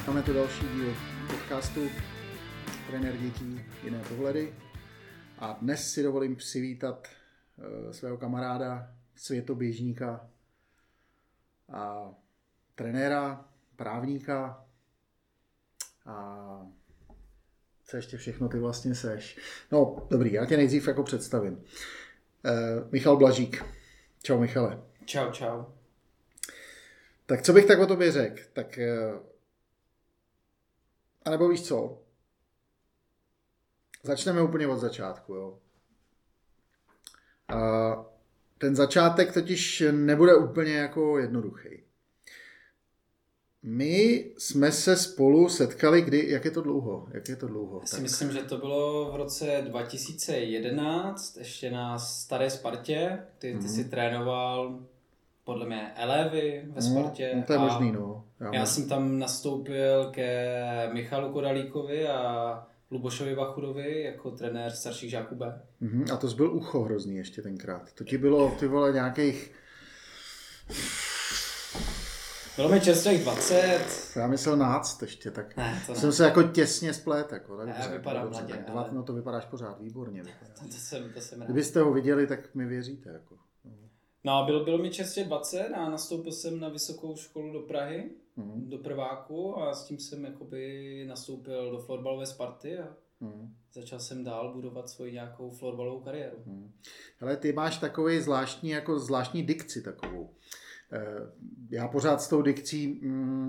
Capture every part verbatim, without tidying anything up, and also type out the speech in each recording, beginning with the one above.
Máme tu další díl podcastu Trenér dětí, jiné pohledy. A dnes si dovolím přivítat uh, svého kamaráda, světoběžníka a trenéra, právníka a co ještě všechno ty vlastně seš. No, dobrý, já tě nejdřív jako představím. Uh, Michal Blažík. Čau, Michale. Čau, čau. Tak co bych tak o tobě řekl? Tak, uh, a nebo víš co? Začneme úplně od začátku, jo. Uh, ten začátek totiž nebude úplně jako jednoduchý. My jsme se spolu setkali, kdy, jak je to dlouho? Jak je to dlouho? Já si tak. myslím, že to bylo v roce dva tisíce jedenáct, ještě na Staré Spartě. Ty, ty mm. si trénoval podle mě Elevy ve Spartě. No, to je možný, no. Já, já já jsem tam nastoupil ke Michalu Kodalíkovi a Lubošovi Vachudovi jako trenér starších žáků B. Mm-hmm. A to jsi byl ucho hrozný ještě tenkrát. To ti bylo, ty vole, nějakých... Bylo mi čerstvých dvacet. Já myslel náct ještě, tak ne, to jsem ne. se jako těsně splet. Jako, tak Já dobře, vypadám dobře, mladě, tak ale... dva, no to vypadáš pořád výborně. Vypadá. To, to, jsem, to jsem rád. Kdybyste ho viděli, tak mi věříte. Jako. No, bylo, bylo mi čerstvě dvacet a nastoupil jsem na vysokou školu do Prahy, mm. do prváku a s tím jsem jakoby nastoupil do florbalové Sparty a mm. začal jsem dál budovat svoji nějakou florbalovou kariéru. Mm. Ale ty máš takový zvláštní, jako zvláštní dikci takovou. Já pořád s tou dikcí,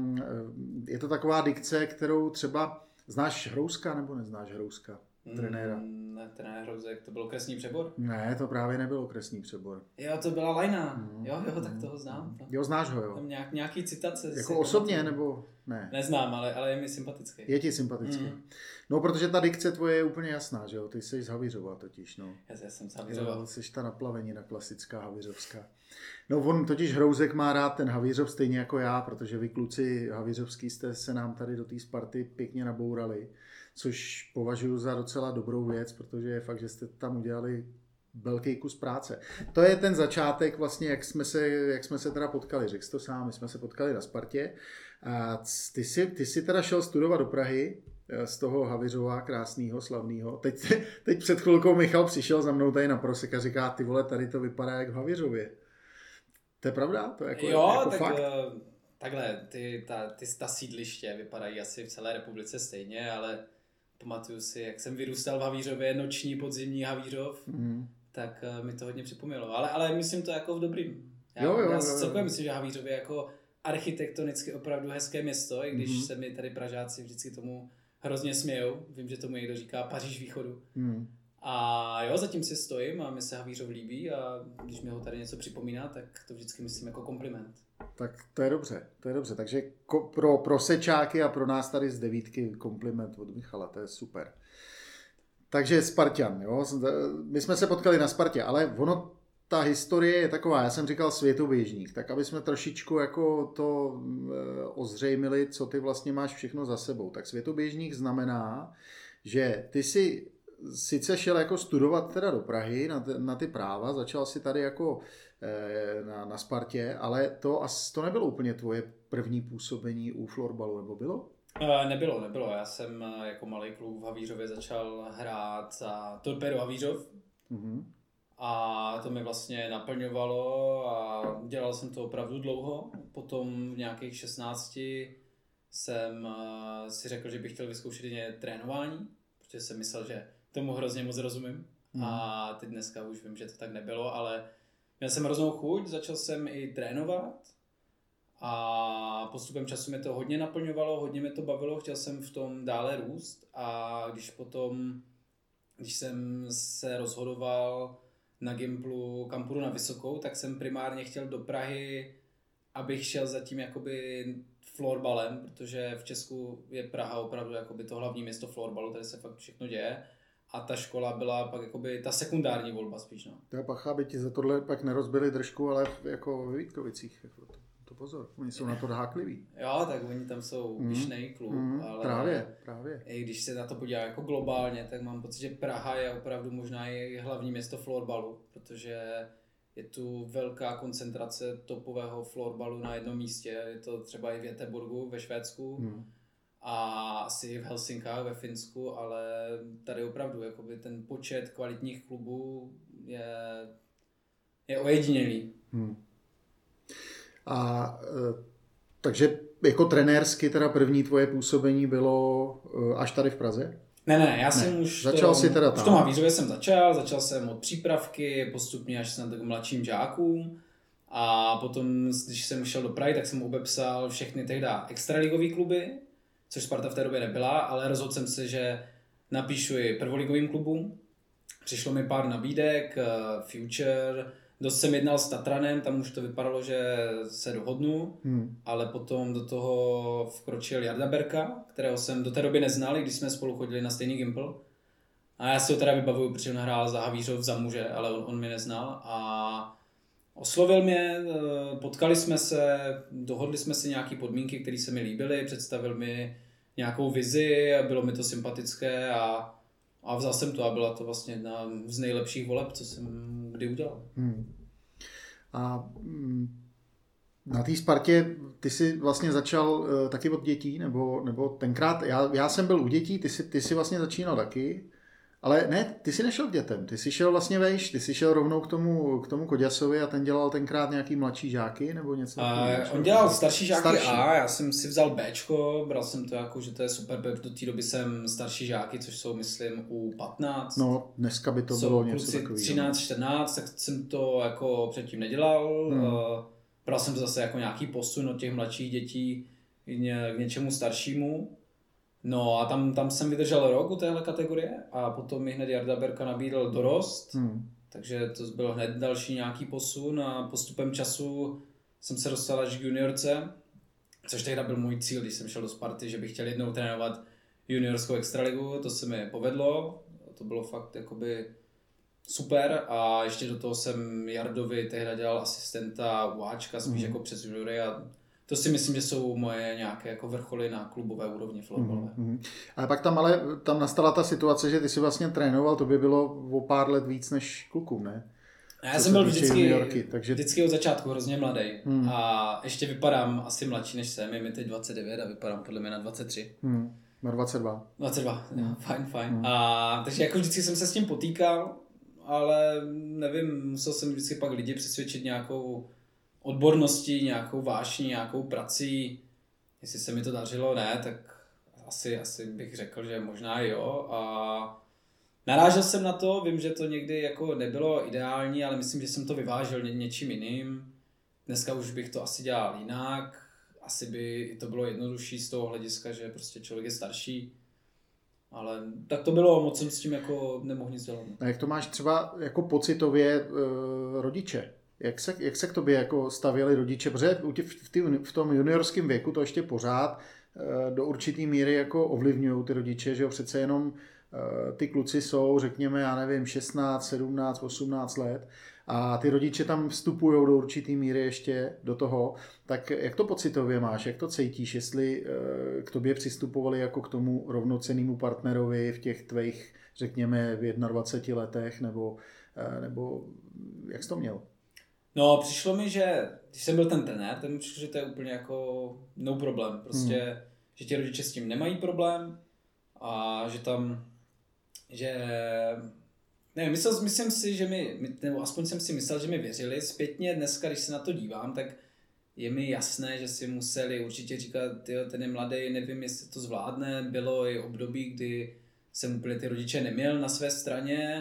je to taková dikce, kterou třeba znáš Hrouska nebo neznáš Hrouska, trenéra? Mm, ne, trenér Hrouzek, to byl kresný přebor? Ne, to právě nebylo kresný přebor. Jo, to byla Lajna, mm. jo, jo, tak toho znám. To. Jo, znáš ho, jo. Tam nějak, nějaký citace. Jako osobně, pamatuju. Nebo ne? Neznám, ale, ale je mi sympatický. Je ti sympatický. Mm. No, protože ta dikce tvoje je úplně jasná, že jo, ty jsi z Havířova totiž, no. Já, já jsem z Havířova. Jo, jsi ta naplavenina klasická havířovská. No, on totiž Hrouzek má rád ten Havířov stejně jako já, protože vy kluci havířovský jste se nám tady do té Sparty pěkně nabourali, což považuji za docela dobrou věc, protože je fakt, že jste tam udělali velký kus práce. To je ten začátek vlastně, jak jsme se, jak jsme se teda potkali. Řekl jsi to sám, my jsme se potkali na Spartě. A ty jsi, ty jsi teda šel studovat do Prahy z toho Havířova, krásného, slavného. Teď, teď před chvilkou Michal přišel za mnou tady na prosek a říká, ty vole, tady to vypadá jak v Havířově. To je pravda? To je jako, jo, jako tak fakt? Uh, takhle, ty, ta, ty, ta sídliště vypadají asi v celé republice stejně, ale pamatuju si, jak jsem vyrůstal v Havířově, noční, podzimní Havířov, mm. tak uh, mi to hodně připomnělo. Ale, ale myslím to jako v dobrým. Já, jo, jo, já si jo, celkově jo. myslím, že Havířov je jako architektonicky opravdu hezké město, i když mm. se mi tady Pražáci vždycky tomu hrozně smějou. Vím, že tomu někdo říká Paříž východu. Mm. A jo, zatím si stojím a mi se Havířov líbí a když mi ho tady něco připomíná, tak to vždycky myslím jako kompliment. Tak to je dobře, to je dobře. Takže ko, pro, pro sečáky a pro nás tady z devítky kompliment od Michala, to je super. Takže Spartan, jo, my jsme se potkali na Spartě, ale ono, ta historie je taková, já jsem říkal světoběžník, tak aby jsme trošičku jako to e, ozřejmili, co ty vlastně máš všechno za sebou. Tak světoběžník znamená, že ty si sice šel jako studovat teda do Prahy na, t- na ty práva, začal si tady jako e, na, na Spartě, ale to, as, to nebylo úplně tvoje první působení u florbalu, nebo bylo? E, nebylo, nebylo. Já jsem jako malý kluk v Havířově začal hrát za Torpedo Havířov mm-hmm. a to mi vlastně naplňovalo a dělal jsem to opravdu dlouho. Potom v nějakých šestnácti jsem si řekl, že bych chtěl vyzkoušet i trénování, protože jsem myslel, že tomu hrozně moc rozumím. Mm. A teď dneska už vím, že to tak nebylo, ale měl jsem hroznou chuť, začal jsem i trénovat a postupem času mě to hodně naplňovalo, hodně mě to bavilo, chtěl jsem v tom dále růst a když potom, když jsem se rozhodoval na Gimplu, kam půjdu na vysokou, tak jsem primárně chtěl do Prahy, abych šel zatím jakoby florbalem, protože v Česku je Praha opravdu jakoby to hlavní město florbalu, tady se fakt všechno děje. A ta škola byla pak jakoby ta sekundární volba spíš, no. To je pacha, aby ti za tohle pak nerozbili držku, ale jako ve Vítkovicích, jako to, to pozor, oni jsou na to hákliví. Jo, tak oni tam jsou mm. pyšnej klub, mm, ale právě, právě. I když se na to podívá jako globálně, tak mám pocit, že Praha je opravdu možná i hlavní město florbalu, protože je tu velká koncentrace topového florbalu na jednom místě, je to třeba i v Göteborgu ve Švédsku. Mm. a asi v Helsinkách ve Finsku, ale tady opravdu jakoby ten počet kvalitních klubů je, je ojedinělý. Hmm. A takže jako trenérsky teda první tvoje působení bylo až tady v Praze? Ne, ne, já jsem ne. už začal to, si teda tam. v tom Havířově jsem začal, začal jsem od přípravky, postupně až jsem tak mladším žákům a potom, když jsem šel do Prahy, tak jsem obepsal všechny tehdy extraligový kluby, což Sparta v té době nebyla, ale rozhodl jsem se, že napíšu i prvoligovým klubům. Přišlo mi pár nabídek, Future, dost jsem jednal s Tatranem, tam už to vypadalo, že se dohodnu, hmm. ale potom do toho vkročil Jarda Berka, kterého jsem do té doby neznal, když jsme spolu chodili na stejný Gimpl. A já si ho teda vybavuju, protože on hrál za Havířov za muže, ale on, on mě neznal. A oslovil mě, potkali jsme se, dohodli jsme si nějaké podmínky, které se mi líbily, představil mi nějakou vizi, bylo mi to sympatické a A vzal jsem to a byla to vlastně jedna z nejlepších voleb, co jsem kdy udělal. Hmm. A na té Spartě ty jsi vlastně začal uh, taky od dětí, nebo, nebo tenkrát, já, já jsem byl u dětí, ty jsi, ty jsi vlastně začínal taky, ale ne, ty jsi nešel k dětem, ty jsi šel vlastně vejš, ty jsi šel rovnou k tomu, k tomu Koďasovi a ten dělal tenkrát nějaký mladší žáky, nebo něco? Uh, on dělal starší žáky starší. A, já jsem si vzal Bčko, bral jsem to jako, že to je super, do té doby jsem starší žáky, což jsou myslím u patnáct. No, dneska by to jsou bylo něco takového. třináct čtrnáct, tak jsem to jako předtím nedělal, hmm. uh, bral jsem to zase jako nějaký posun od těch mladších dětí k něčemu staršímu. No a tam, tam jsem vydržel rok u téhle kategorie a potom mi hned Jarda Berka nabídl dorost, hmm. takže to byl hned další nějaký posun a postupem času jsem se dostal až k juniorce, což tehdy byl můj cíl, když jsem šel do Sparty, že bych chtěl jednou trénovat juniorskou extraligu, to se mi povedlo, to bylo fakt jakoby super a ještě do toho jsem Jardovi tehdy dělal asistenta u Ačka, spíš hmm. jako přes juniory a to si myslím, že jsou moje nějaké jako vrcholy na klubové úrovni florbalové. Mm-hmm. Ale pak tam ale tam nastala ta situace, že ty si vlastně trénoval, to by bylo o pár let víc než klukům, ne? Já Co jsem byl vždycky, juniorky, takže... vždycky od začátku hrozně mladý hmm. a ještě vypadám asi mladší než jsem, je mi teď dvacet devět a vypadám podle mě na dvacet tři. Hmm. Na dvacet dva. dvacet dva, hmm. no, fajn, fajn. Hmm. A, takže jako vždycky jsem se s tím potýkal, ale nevím, musel jsem vždycky pak lidi přesvědčit nějakou odborností, nějakou vášní, nějakou prací. Jestli se mi to dařilo, ne, tak asi, asi bych řekl, že možná jo. A narážel jsem na to, vím, že to někdy jako nebylo ideální, ale myslím, že jsem to vyvážel ně, něčím jiným. Dneska už bych to asi dělal jinak. Asi by to bylo jednodušší z toho hlediska, že prostě člověk je starší. Ale tak to bylo, moc jsem s tím jako nemohl nic dělat. A jak to máš třeba jako pocitově e, rodiče? Jak se, jak se k tobě jako stavěli rodiče? Protože v, tý, v tom juniorském věku to ještě pořád e, do určitý míry jako ovlivňují ty rodiče, že jo, přece jenom e, ty kluci jsou, řekněme, já nevím, šestnáct, sedmnáct, osmnáct let a ty rodiče tam vstupují do určitý míry ještě do toho. Tak jak to pocitově máš, jak to cítíš, jestli e, k tobě přistupovali jako k tomu rovnocennému partnerovi v těch tvých, řekněme, v dvaceti jedna letech, nebo, e, nebo jak jsi to měl? No, přišlo mi, že když jsem byl ten trenér, tak mi přišlo, že to je úplně jako no problém. Prostě, hmm. že ti rodiče s tím nemají problém a že tam, že nevím, myslel, myslím si, že mi, nebo aspoň jsem si myslel, že mi věřili. Zpětně dneska, když se na to dívám, tak je mi jasné, že si museli určitě říkat, tyjo, ten je mladý, nevím, jestli to zvládne. Bylo i období, kdy jsem úplně ty rodiče neměl na své straně,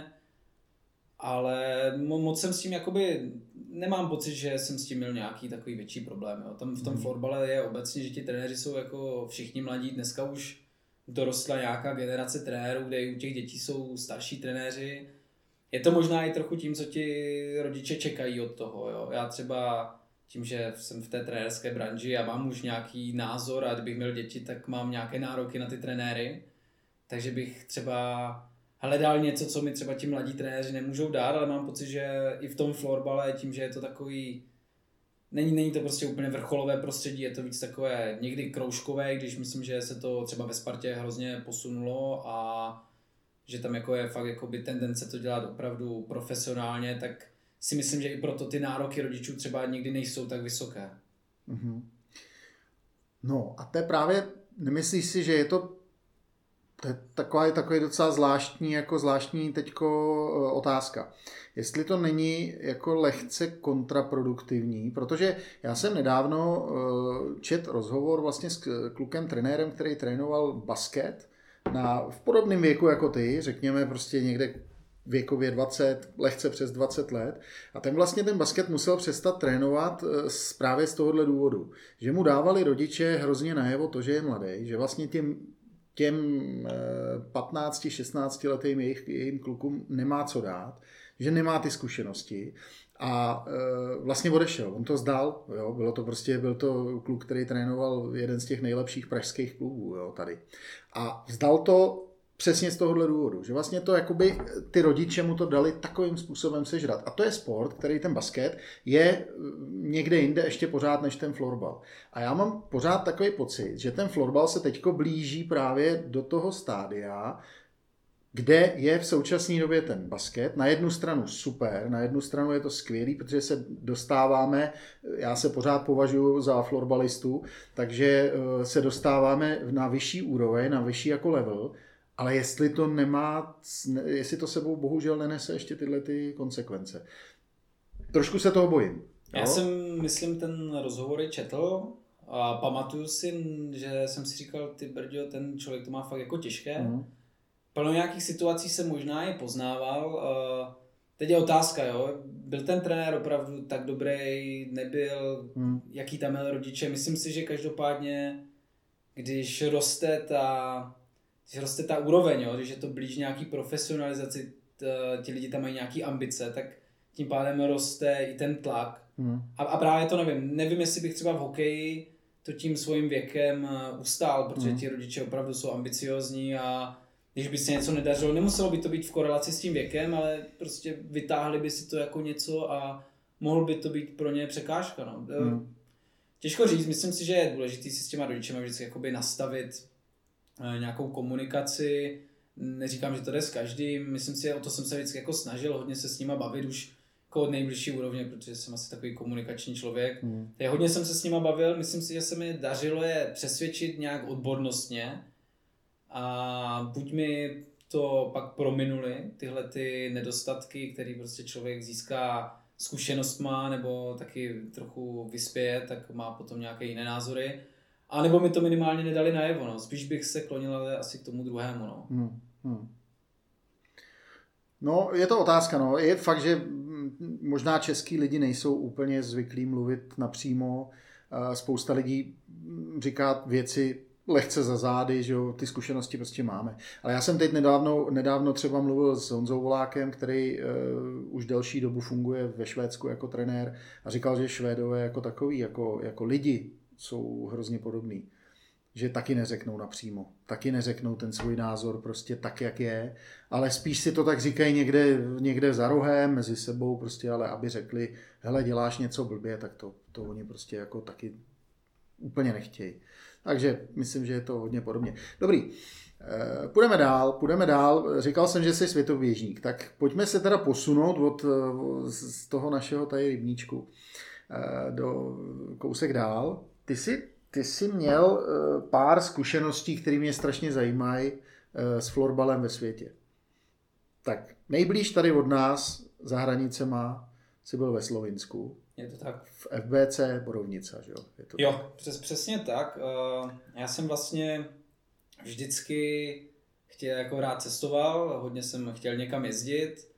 ale moc jsem s tím jakoby, nemám pocit, že jsem s tím měl nějaký takový větší problém. Jo. Tam v tom mm. florbale je obecně, že ti trenéři jsou jako všichni mladí, dneska už dorostla nějaká generace trenérů, kde i u těch dětí jsou starší trenéři. Je to možná i trochu tím, co ti rodiče čekají od toho. Jo. Já třeba tím, že jsem v té trenérské branži a mám už nějaký názor a kdybych měl děti, tak mám nějaké nároky na ty trenéry. Takže bych třeba hledal něco, co mi třeba ti mladí trenéři nemůžou dát, ale mám pocit, že i v tom florbale, tím, že je to takový, není, není to prostě úplně vrcholové prostředí, je to víc takové někdy kroužkové, když myslím, že se to třeba ve Spartě hrozně posunulo a že tam jako je fakt jakoby tendence to dělat opravdu profesionálně, tak si myslím, že i proto ty nároky rodičů třeba nikdy nejsou tak vysoké. Mm-hmm. No a to je právě nemyslíš si, že je to, to je taková, takový docela zvláštní, jako zvláštní teďko otázka. Jestli to není jako lehce kontraproduktivní, protože já jsem nedávno čet rozhovor vlastně s klukem, trenérem, který trénoval basket na, v podobném věku jako ty, řekněme prostě někde věkově dvacet, lehce přes dvacet let. A ten vlastně ten basket musel přestat trénovat právě z tohohle důvodu. Že mu dávali rodiče hrozně najevo to, že je mladý, že vlastně těm, těm patnácti šestnácti letým jejich, jejich klukům nemá co dát, že nemá ty zkušenosti a e, vlastně odešel. On to zdal, jo? Bylo to prostě, byl to kluk, který trénoval jeden z těch nejlepších pražských klubů, jo, tady. A zdal to přesně z tohohle důvodu, že vlastně to jakoby ty rodiče mu to dali takovým způsobem sežrat. A to je sport, který ten basket je někde jinde ještě pořád než ten florbal. A já mám pořád takový pocit, že ten florbal se teďko blíží právě do toho stádia, kde je v současné době ten basket. Na jednu stranu super, na jednu stranu je to skvělý, protože se dostáváme, já se pořád považuji za florbalistu, takže se dostáváme na vyšší úroveň, na vyšší jako level, ale jestli to nemá, jestli to sebou bohužel nenese ještě tyhle ty konsekvence. Trošku se toho bojím. Já jo? jsem, myslím, ten rozhovor četl a pamatuju si, že jsem si říkal, ty brďo, ten člověk to má fakt jako těžké. Mm. Plno nějakých situací jsem možná i poznával. Teď je otázka, jo? Byl ten trenér opravdu tak dobrý, nebyl, mm. jaký tam měl rodiče. Myslím si, že každopádně, když roste ta Když roste ta úroveň, jo, když je to blíž nějaký profesionalizaci, t, ti lidi tam mají nějaký ambice, tak tím pádem roste i ten tlak. Hmm. A, a právě to nevím. Nevím, jestli bych třeba v hokeji to tím svým věkem ustál, protože hmm. ti rodiče opravdu jsou ambiciozní a když by se něco nedařilo, nemuselo by to být v korelaci s tím věkem, ale prostě vytáhli by si to jako něco a mohl by to být pro ně překážka. No. Hmm. Těžko říct, myslím si, že je důležité si s těma rodičema vždycky jakoby nastavit nějakou komunikaci, neříkám, že to jde s každým, myslím si, o to jsem se vždycky jako snažil hodně se s nima bavit už jako od nejbližší úrovně, protože jsem asi takový komunikační člověk. Hmm. Tak hodně jsem se s nima bavil, myslím si, že se mi dařilo je přesvědčit nějak odbornostně a buď mi to pak prominuli, tyhle ty nedostatky, které prostě člověk získá zkušenostma nebo taky trochu vyspěje, tak má potom nějaké jiné názory. A nebo mi to minimálně nedali najevo, no. Spíš bych se klonil ale asi k tomu druhému, no. Hmm, hmm. No, je to otázka, no. Je fakt, že možná český lidi nejsou úplně zvyklí mluvit napřímo. Spousta lidí říká věci lehce za zády, že jo, ty zkušenosti prostě máme. Ale já jsem teď nedávno, nedávno třeba mluvil s Honzou Volákem, který uh, už delší dobu funguje ve Švédsku jako trenér a říkal, že Švédové jako takový, jako, jako lidi, jsou hrozně podobný. Že taky neřeknou napřímo. Taky neřeknou ten svůj názor prostě tak, jak je. Ale spíš si to tak říkají někde, někde za rohem, mezi sebou prostě, ale aby řekli, hele, děláš něco blbě, tak to, to oni prostě jako taky úplně nechtějí. Takže myslím, že je to hodně podobně. Dobrý, e, půjdeme dál, půjdeme dál. Říkal jsem, že jsi světoběžník, tak pojďme se teda posunout od z toho našeho tady rybníčku e, do kousek dál. Ty jsi, ty jsi měl pár zkušeností, které mě strašně zajímají s florbalem ve světě. Tak nejblíž tady od nás za hranicema jsi byl ve Slovinsku. Je to tak. V F B C Borovnica, že jo? Je to jo, tak? Přes, přesně tak. Já jsem vlastně vždycky chtěl, jako rád cestoval, hodně jsem chtěl někam jezdit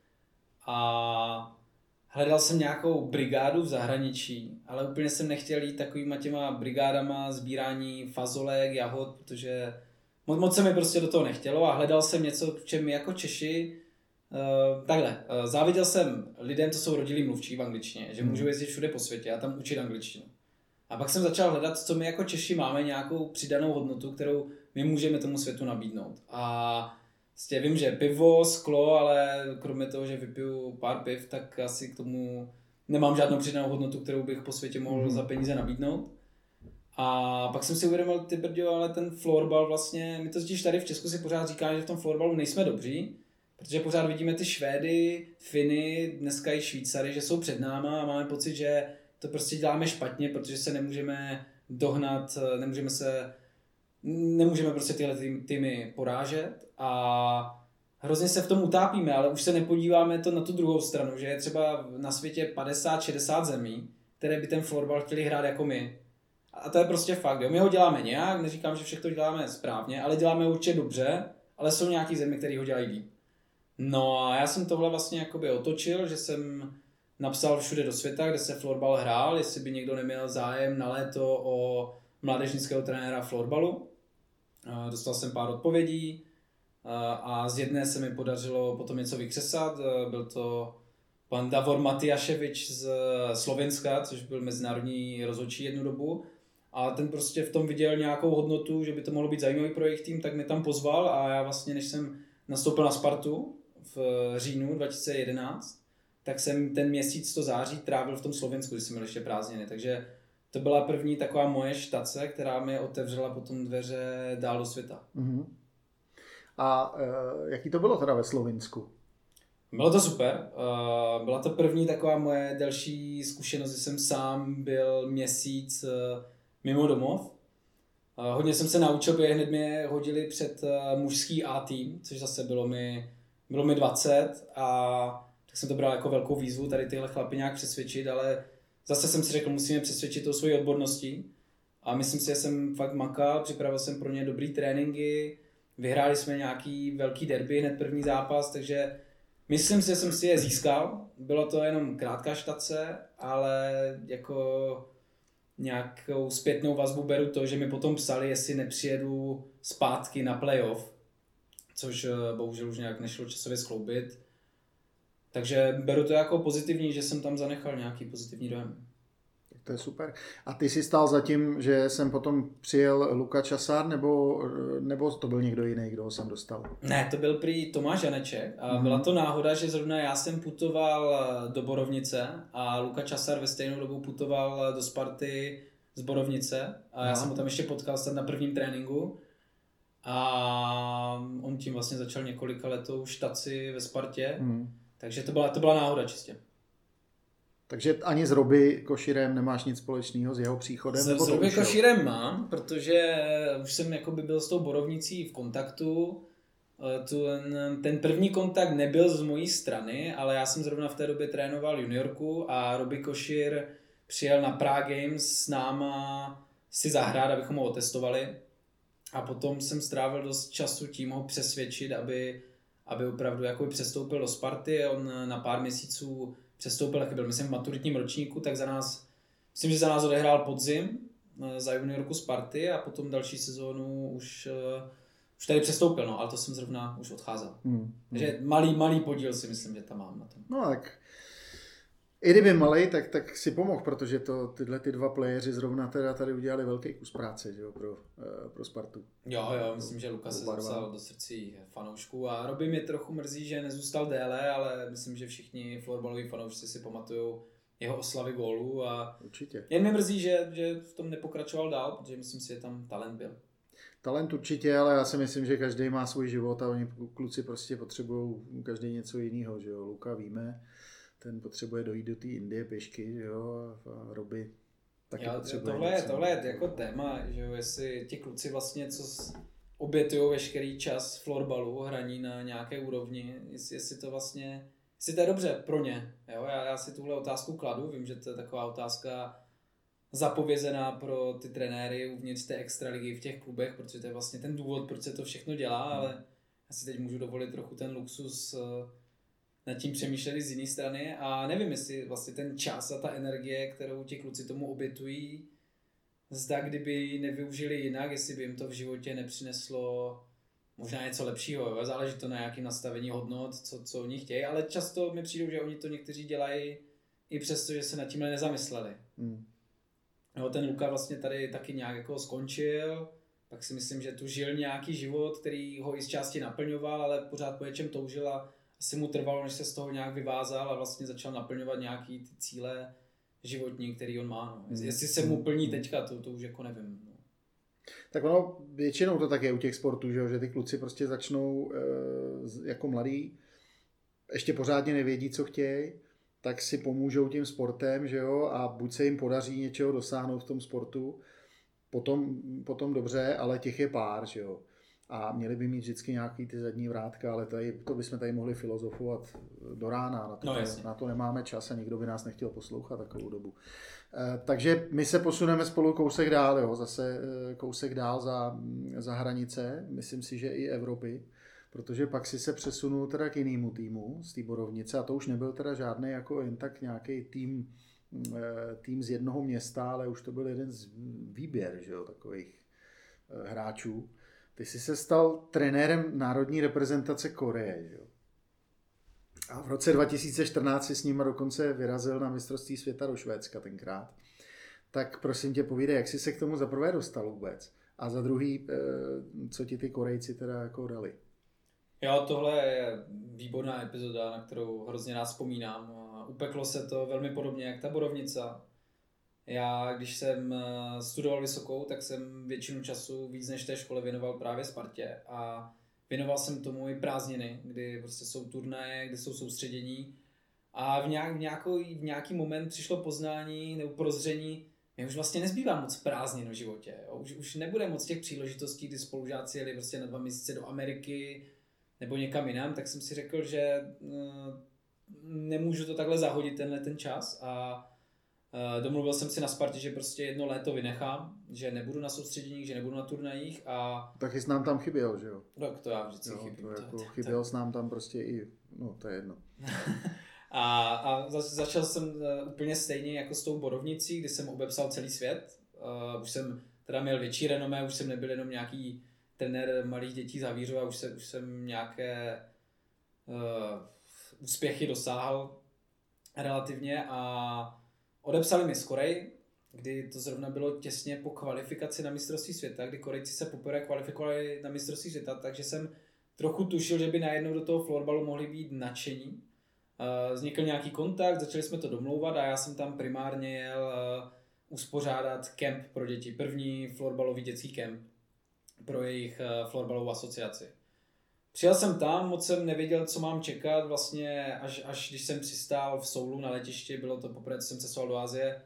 a hledal jsem nějakou brigádu v zahraničí, ale úplně jsem nechtěl jít takovýma těma brigádama sbírání fazolek, jahod, protože moc, moc se mi prostě do toho nechtělo a hledal jsem něco, v čem my jako Češi, uh, takhle, uh, záviděl jsem lidem, co jsou rodilí mluvčí v angličtině, že můžou jezdit všude po světě a tam učit angličtinu. A pak jsem začal hledat, co my jako Češi máme nějakou přidanou hodnotu, kterou my můžeme tomu světu nabídnout. A Vlastně vím, že pivo, sklo, ale kromě toho, že vypiju pár piv, tak asi k tomu nemám žádnou přidanou hodnotu, kterou bych po světě mohl mm. za peníze nabídnout. A pak jsem si uvědomil, ty brďo, ale ten florbal vlastně, my to totiž tady v Česku si pořád říká, že v tom florbalu nejsme dobří, protože pořád vidíme ty Švédy, Finy, dneska i Švýcary, že jsou před náma a máme pocit, že to prostě děláme špatně, protože se nemůžeme dohnat, nemůžeme se nemůžeme prostě tyhle týmy porážet a hrozně se v tom utápíme, ale už se nepodíváme to na tu druhou stranu, že je třeba na světě padesát šedesát zemí, které by ten florbal chtěli hrát jako my. A to je prostě fakt, jo. My ho děláme nějak, neříkám, že všechno děláme správně, ale děláme určitě dobře, ale jsou nějaký země, které ho dělají líp. No a já jsem tohle vlastně jakoby otočil, že jsem napsal všude do světa, kde se florbal hrál, jestli by někdo neměl zájem na léto o mládežnického trenéra florbalu. Dostal jsem pár odpovědí a z jedné se mi podařilo potom něco vykřesat. Byl to pan Davor Matiaševič z Slovenska, což byl mezinárodní rozhodčí jednu dobu. A ten prostě v tom viděl nějakou hodnotu, že by to mohlo být zajímavý pro jejich tým, tak mě tam pozval a já vlastně, než jsem nastoupil na Spartu v říjnu dva tisíce jedenáct, tak jsem ten měsíc to září trávil v tom Slovensku, když jsem měl ještě prázdniny. Takže to byla první taková moje štace, která mi otevřela potom dveře dál do světa. Mm-hmm. A uh, jaký to bylo teda ve Slovinsku? Bylo to super. Uh, byla to první taková moje delší zkušenost, že jsem sám byl měsíc uh, mimo domov. Uh, hodně jsem se naučil, protože hned mě hodili před uh, mužský A tým, což zase bylo mi, bylo mi dvacet a tak jsem to bral jako velkou výzvu tady tyhle chlapy nějak přesvědčit, ale zase jsem si řekl, musíme přesvědčit tou svojí odborností a myslím si, že jsem fakt makal, připravil jsem pro ně dobrý tréninky, vyhráli jsme nějaký velký derby, hned první zápas, takže myslím si, že jsem si je získal. Bylo to jenom krátká štace, ale jako nějakou zpětnou vazbu beru to, že mi potom psali, jestli nepřijedu zpátky na playoff, což bohužel už nějak nešlo časově skloubit. Takže beru to jako pozitivní, že jsem tam zanechal nějaký pozitivní dojem. To je super. A ty jsi stál za tím, že jsem potom přijel Luka Časár, nebo, nebo to byl někdo jiný, kdo ho jsem dostal? Ne, to byl prý Tomáš Janeček a mm. byla to náhoda, že zrovna já jsem putoval do Borovnice a Luka Časár ve stejnou dobu putoval do Sparty z Borovnice a já no. jsem ho tam ještě potkal snad na prvním tréninku a on tím vlastně začal několika letou štaci ve Spartě, mm. takže to byla, to byla náhoda čistě. Takže ani s Roby Košírem nemáš nic společného s jeho příchodem? S, s Roby Košírem mám, protože už jsem jakoby byl s tou Borovnicí v kontaktu. Ten, ten první kontakt nebyl z mojí strany, ale já jsem zrovna v té době trénoval juniorku a Roby Košír přijel na Prague Games s náma si zahrát, abychom ho otestovali. A potom jsem strávil dost času tím ho přesvědčit, aby, aby opravdu jakoby přestoupil do Sparty. On na pár měsíců přestoupil, jak byl, myslím, v maturitním ročníku, tak za nás, myslím, že za nás odehrál podzim za juniorku Sparty a potom další sezónu už, uh, už tady přestoupil, no, ale to jsem zrovna už odcházel. Hmm. Takže malý, malý podíl si myslím, že tam mám na tom. No tak, i kdyby malej, tak, tak si pomohl, protože to, tyhle ty dva playeři zrovna teda tady udělali velký kus práce, že jo, pro, uh, pro Spartu. Jo, jo, myslím, že Luka se zapsal do srdcí fanoušků a Roby mě trochu mrzí, že nezůstal déle, ale myslím, že všichni florbaloví fanoušci si pamatujou jeho oslavy gólů a určitě. Jen mě mrzí, že, že v tom nepokračoval dál, protože myslím si, že tam talent byl. Talent určitě, ale já si myslím, že každý má svůj život a oni kluci prostě potřebují každý něco jiného, že jo, Luka víme. Ten potřebuje dojít do té Indie pěšky, že jo, a Roby taky jo, potřebuje. Tohle je, tohle je jako téma, že jo, jestli ti kluci vlastně, co obětují veškerý čas florbalu, hraní na nějaké úrovni, jestli, jestli to vlastně, jestli to je dobře pro ně, jo, já, já si tuhle otázku kladu, vím, že to je taková otázka zapovězená pro ty trenéry uvnitř té extraligy v těch klubech, protože to je vlastně ten důvod, proč se to všechno dělá, hmm. ale já si teď můžu dovolit trochu ten luxus nad tím přemýšleli z jiné strany a nevím, jestli vlastně ten čas a ta energie, kterou ti kluci tomu obětují, zda kdyby nevyužili jinak, jestli by jim to v životě nepřineslo možná něco lepšího, jo? Záleží to na nějakém nastavení hodnot, co, co oni chtějí, ale často mi přijde, že oni to někteří dělají i přesto, že se nad tímhle nezamysleli. Hmm. No, ten Luka vlastně tady taky nějak jako skončil, tak si myslím, že tu žil nějaký život, který ho i z části naplňoval, ale pořád po něčem toužil a asi mu trvalo, než se z toho nějak vyvázal a vlastně začal naplňovat nějaký ty cíle životní, který on má. No. Jestli se mu plní teďka, to, to už jako nevím. No. Tak ono, většinou to tak je u těch sportů, že, že ty kluci prostě začnou e, jako mladí, ještě pořádně nevědí, co chtějí, tak si pomůžou tím sportem, že jo, a buď se jim podaří něčeho dosáhnout v tom sportu, potom, potom dobře, ale těch je pár, že jo. A měli by mít vždycky nějaký ty zadní vrátka, ale tady, to bychom tady mohli filozofovat do rána. Na to, no, na to nemáme čas a nikdo by nás nechtěl poslouchat takovou dobu. Takže my se posuneme spolu kousek dál, jo, zase kousek dál za, za hranice, myslím si, že i Evropy, protože pak si se přesunul teda k jinému týmu z té Borovnice a to už nebyl teda žádný jako jen tak nějaký tým, tým z jednoho města, ale už to byl jeden z výběr, že jo, takových hráčů. Ty jsi se stal trenérem národní reprezentace Koreje, že jo. A v roce dva tisíce čtrnáct si s nima dokonce vyrazil na mistrovství světa do Švédska tenkrát. Tak prosím tě povídej, jak jsi se k tomu za prvé dostal vůbec? A za druhý, co ti ty Korejci teda jako dali? Jo, tohle je výborná epizoda, na kterou hrozně rád vzpomínám. Upeklo se to velmi podobně jak ta Borovnice. Já, když jsem studoval vysokou, tak jsem většinu času víc než té škole věnoval právě Spartě a věnoval jsem tomu i prázdniny, kdy prostě jsou turnaje, kde jsou soustředění a v, nějak, v, nějaký, v nějaký moment přišlo poznání nebo prozření, mě už vlastně nezbývá moc prázdnin v životě. Jo. Už, už nebude moc těch příležitostí, kdy spolužáci jeli prostě na dva měsíce do Ameriky nebo někam jinam, tak jsem si řekl, že uh, nemůžu to takhle zahodit tenhle ten čas a uh, domluvil jsem si na Spartě, že prostě jedno léto vynechám, že nebudu na soustředěních, že nebudu na turnajích a... Taky jsi nám tam chyběl, že jo? Tak to já vždycky jo, chybím. To jako to, chyběl jsi nám tam prostě i, no to je jedno. a, a za, začal jsem uh, úplně stejně jako s tou Borovnicí, kdy jsem obepsal celý svět. Uh, už jsem teda měl větší renomé, už jsem nebyl jenom nějaký trenér malých dětí z Havířova, už, se, už jsem nějaké uh, úspěchy dosáhl relativně a odepsali mi z Koreji, kdy to zrovna bylo těsně po kvalifikaci na mistrovství světa, kdy Korejci se poprvé kvalifikovali na mistrovství světa, takže jsem trochu tušil, že by najednou do toho florbalu mohli být nadšení. Vznikl nějaký kontakt, začali jsme to domlouvat a já jsem tam primárně jel uspořádat kemp pro děti, první florbalový dětský kemp pro jejich florbalovou asociaci. Přijel jsem tam, moc jsem nevěděl, co mám čekat, vlastně až, až když jsem přistál v Soulu na letišti, bylo to poprvé, co jsem cestoval do Asie,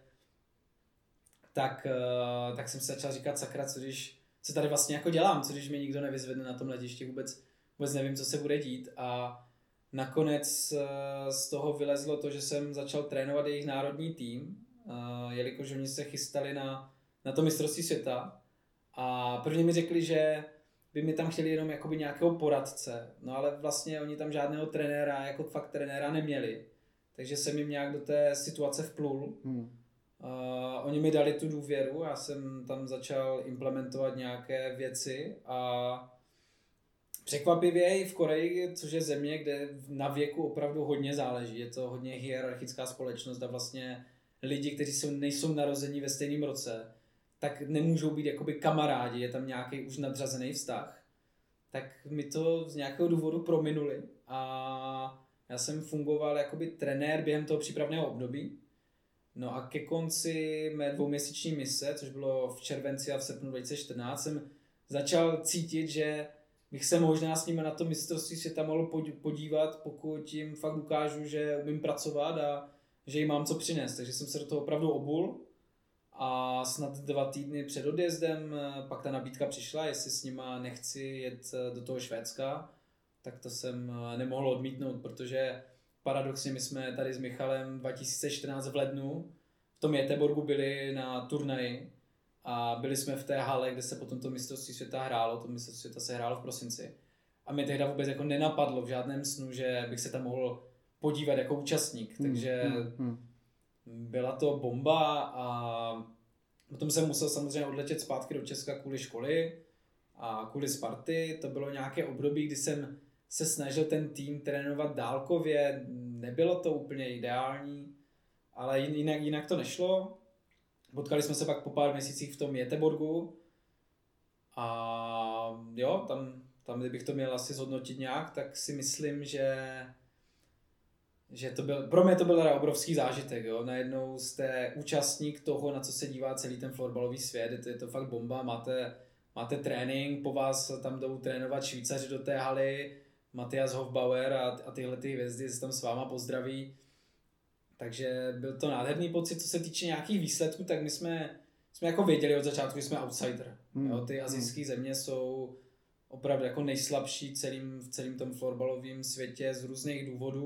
tak, tak jsem si začal říkat, sakra, co když, co tady vlastně jako dělám, co když mě nikdo nevyzvedne na tom letišti, vůbec, vůbec nevím, co se bude dít a nakonec z toho vylezlo to, že jsem začal trénovat jejich národní tým, jelikož oni se chystali na, na to mistrovství světa a prvně mi řekli, že by mi tam chtěli jenom jakoby nějakého poradce, no ale vlastně oni tam žádného trenéra, jako fakt trenéra neměli, takže jsem jim nějak do té situace vplul. Hmm. Uh, oni mi dali tu důvěru, já jsem tam začal implementovat nějaké věci a překvapivě i v Koreji, což je země, kde na věku opravdu hodně záleží, je to hodně hierarchická společnost a vlastně lidi, kteří jsou, nejsou narození ve stejném roce, tak nemůžou být jakoby kamarádi, je tam nějaký už nadřazený vztah, tak mi to z nějakého důvodu prominuli a já jsem fungoval jakoby trenér během toho přípravného období. No a ke konci mé dvouměsíční mise, což bylo v červenci a v srpnu dva tisíce čtrnáct, jsem začal cítit, že bych se možná s nimi na to mistrovství světa mohl podívat, pokud jim fakt ukážu, že umím pracovat a že jim mám co přinést. Takže jsem se do toho opravdu obul a snad dva týdny před odjezdem pak ta nabídka přišla, jestli s nima nechci jet do toho Švédska, tak to jsem nemohl odmítnout, protože paradoxně my jsme tady s Michalem dva tisíce čtrnáct v lednu v tom Göteborgu byli na turnaji a byli jsme v té hale, kde se potom to mistrovství světa hrálo, to mistrovství světa se hrálo v prosinci. A mě tehdy vůbec jako nenapadlo v žádném snu, že bych se tam mohl podívat jako účastník, takže hmm, hmm. byla to bomba a potom jsem musel samozřejmě odletět zpátky do Česka kvůli školy a kvůli Sparty. To bylo nějaké období, kdy jsem se snažil ten tým trénovat dálkově, nebylo to úplně ideální, ale jinak, jinak to nešlo. Potkali jsme se pak po pár měsících v tom Göteborgu a jo, tam, tam kdybych to měl asi zhodnotit nějak, tak si myslím, že, že to byl, pro mě to byl teda obrovský zážitek, jo. Najednou jste účastník toho, na co se dívá celý ten florbalový svět, je to, je to fakt bomba, máte, máte trénink, po vás tam jdou trénovat Švýcaři do té haly, Matthias Hofbauer a, a tyhle ty hvězdy se tam s váma pozdraví. Takže byl to nádherný pocit. Co se týče nějakých výsledků, tak my jsme jsme jako věděli od začátku, že jsme outsider. Hmm. Jo, ty asijské země jsou opravdu jako nejslabší celým, v celém tom florbalovém světě z různých důvodů.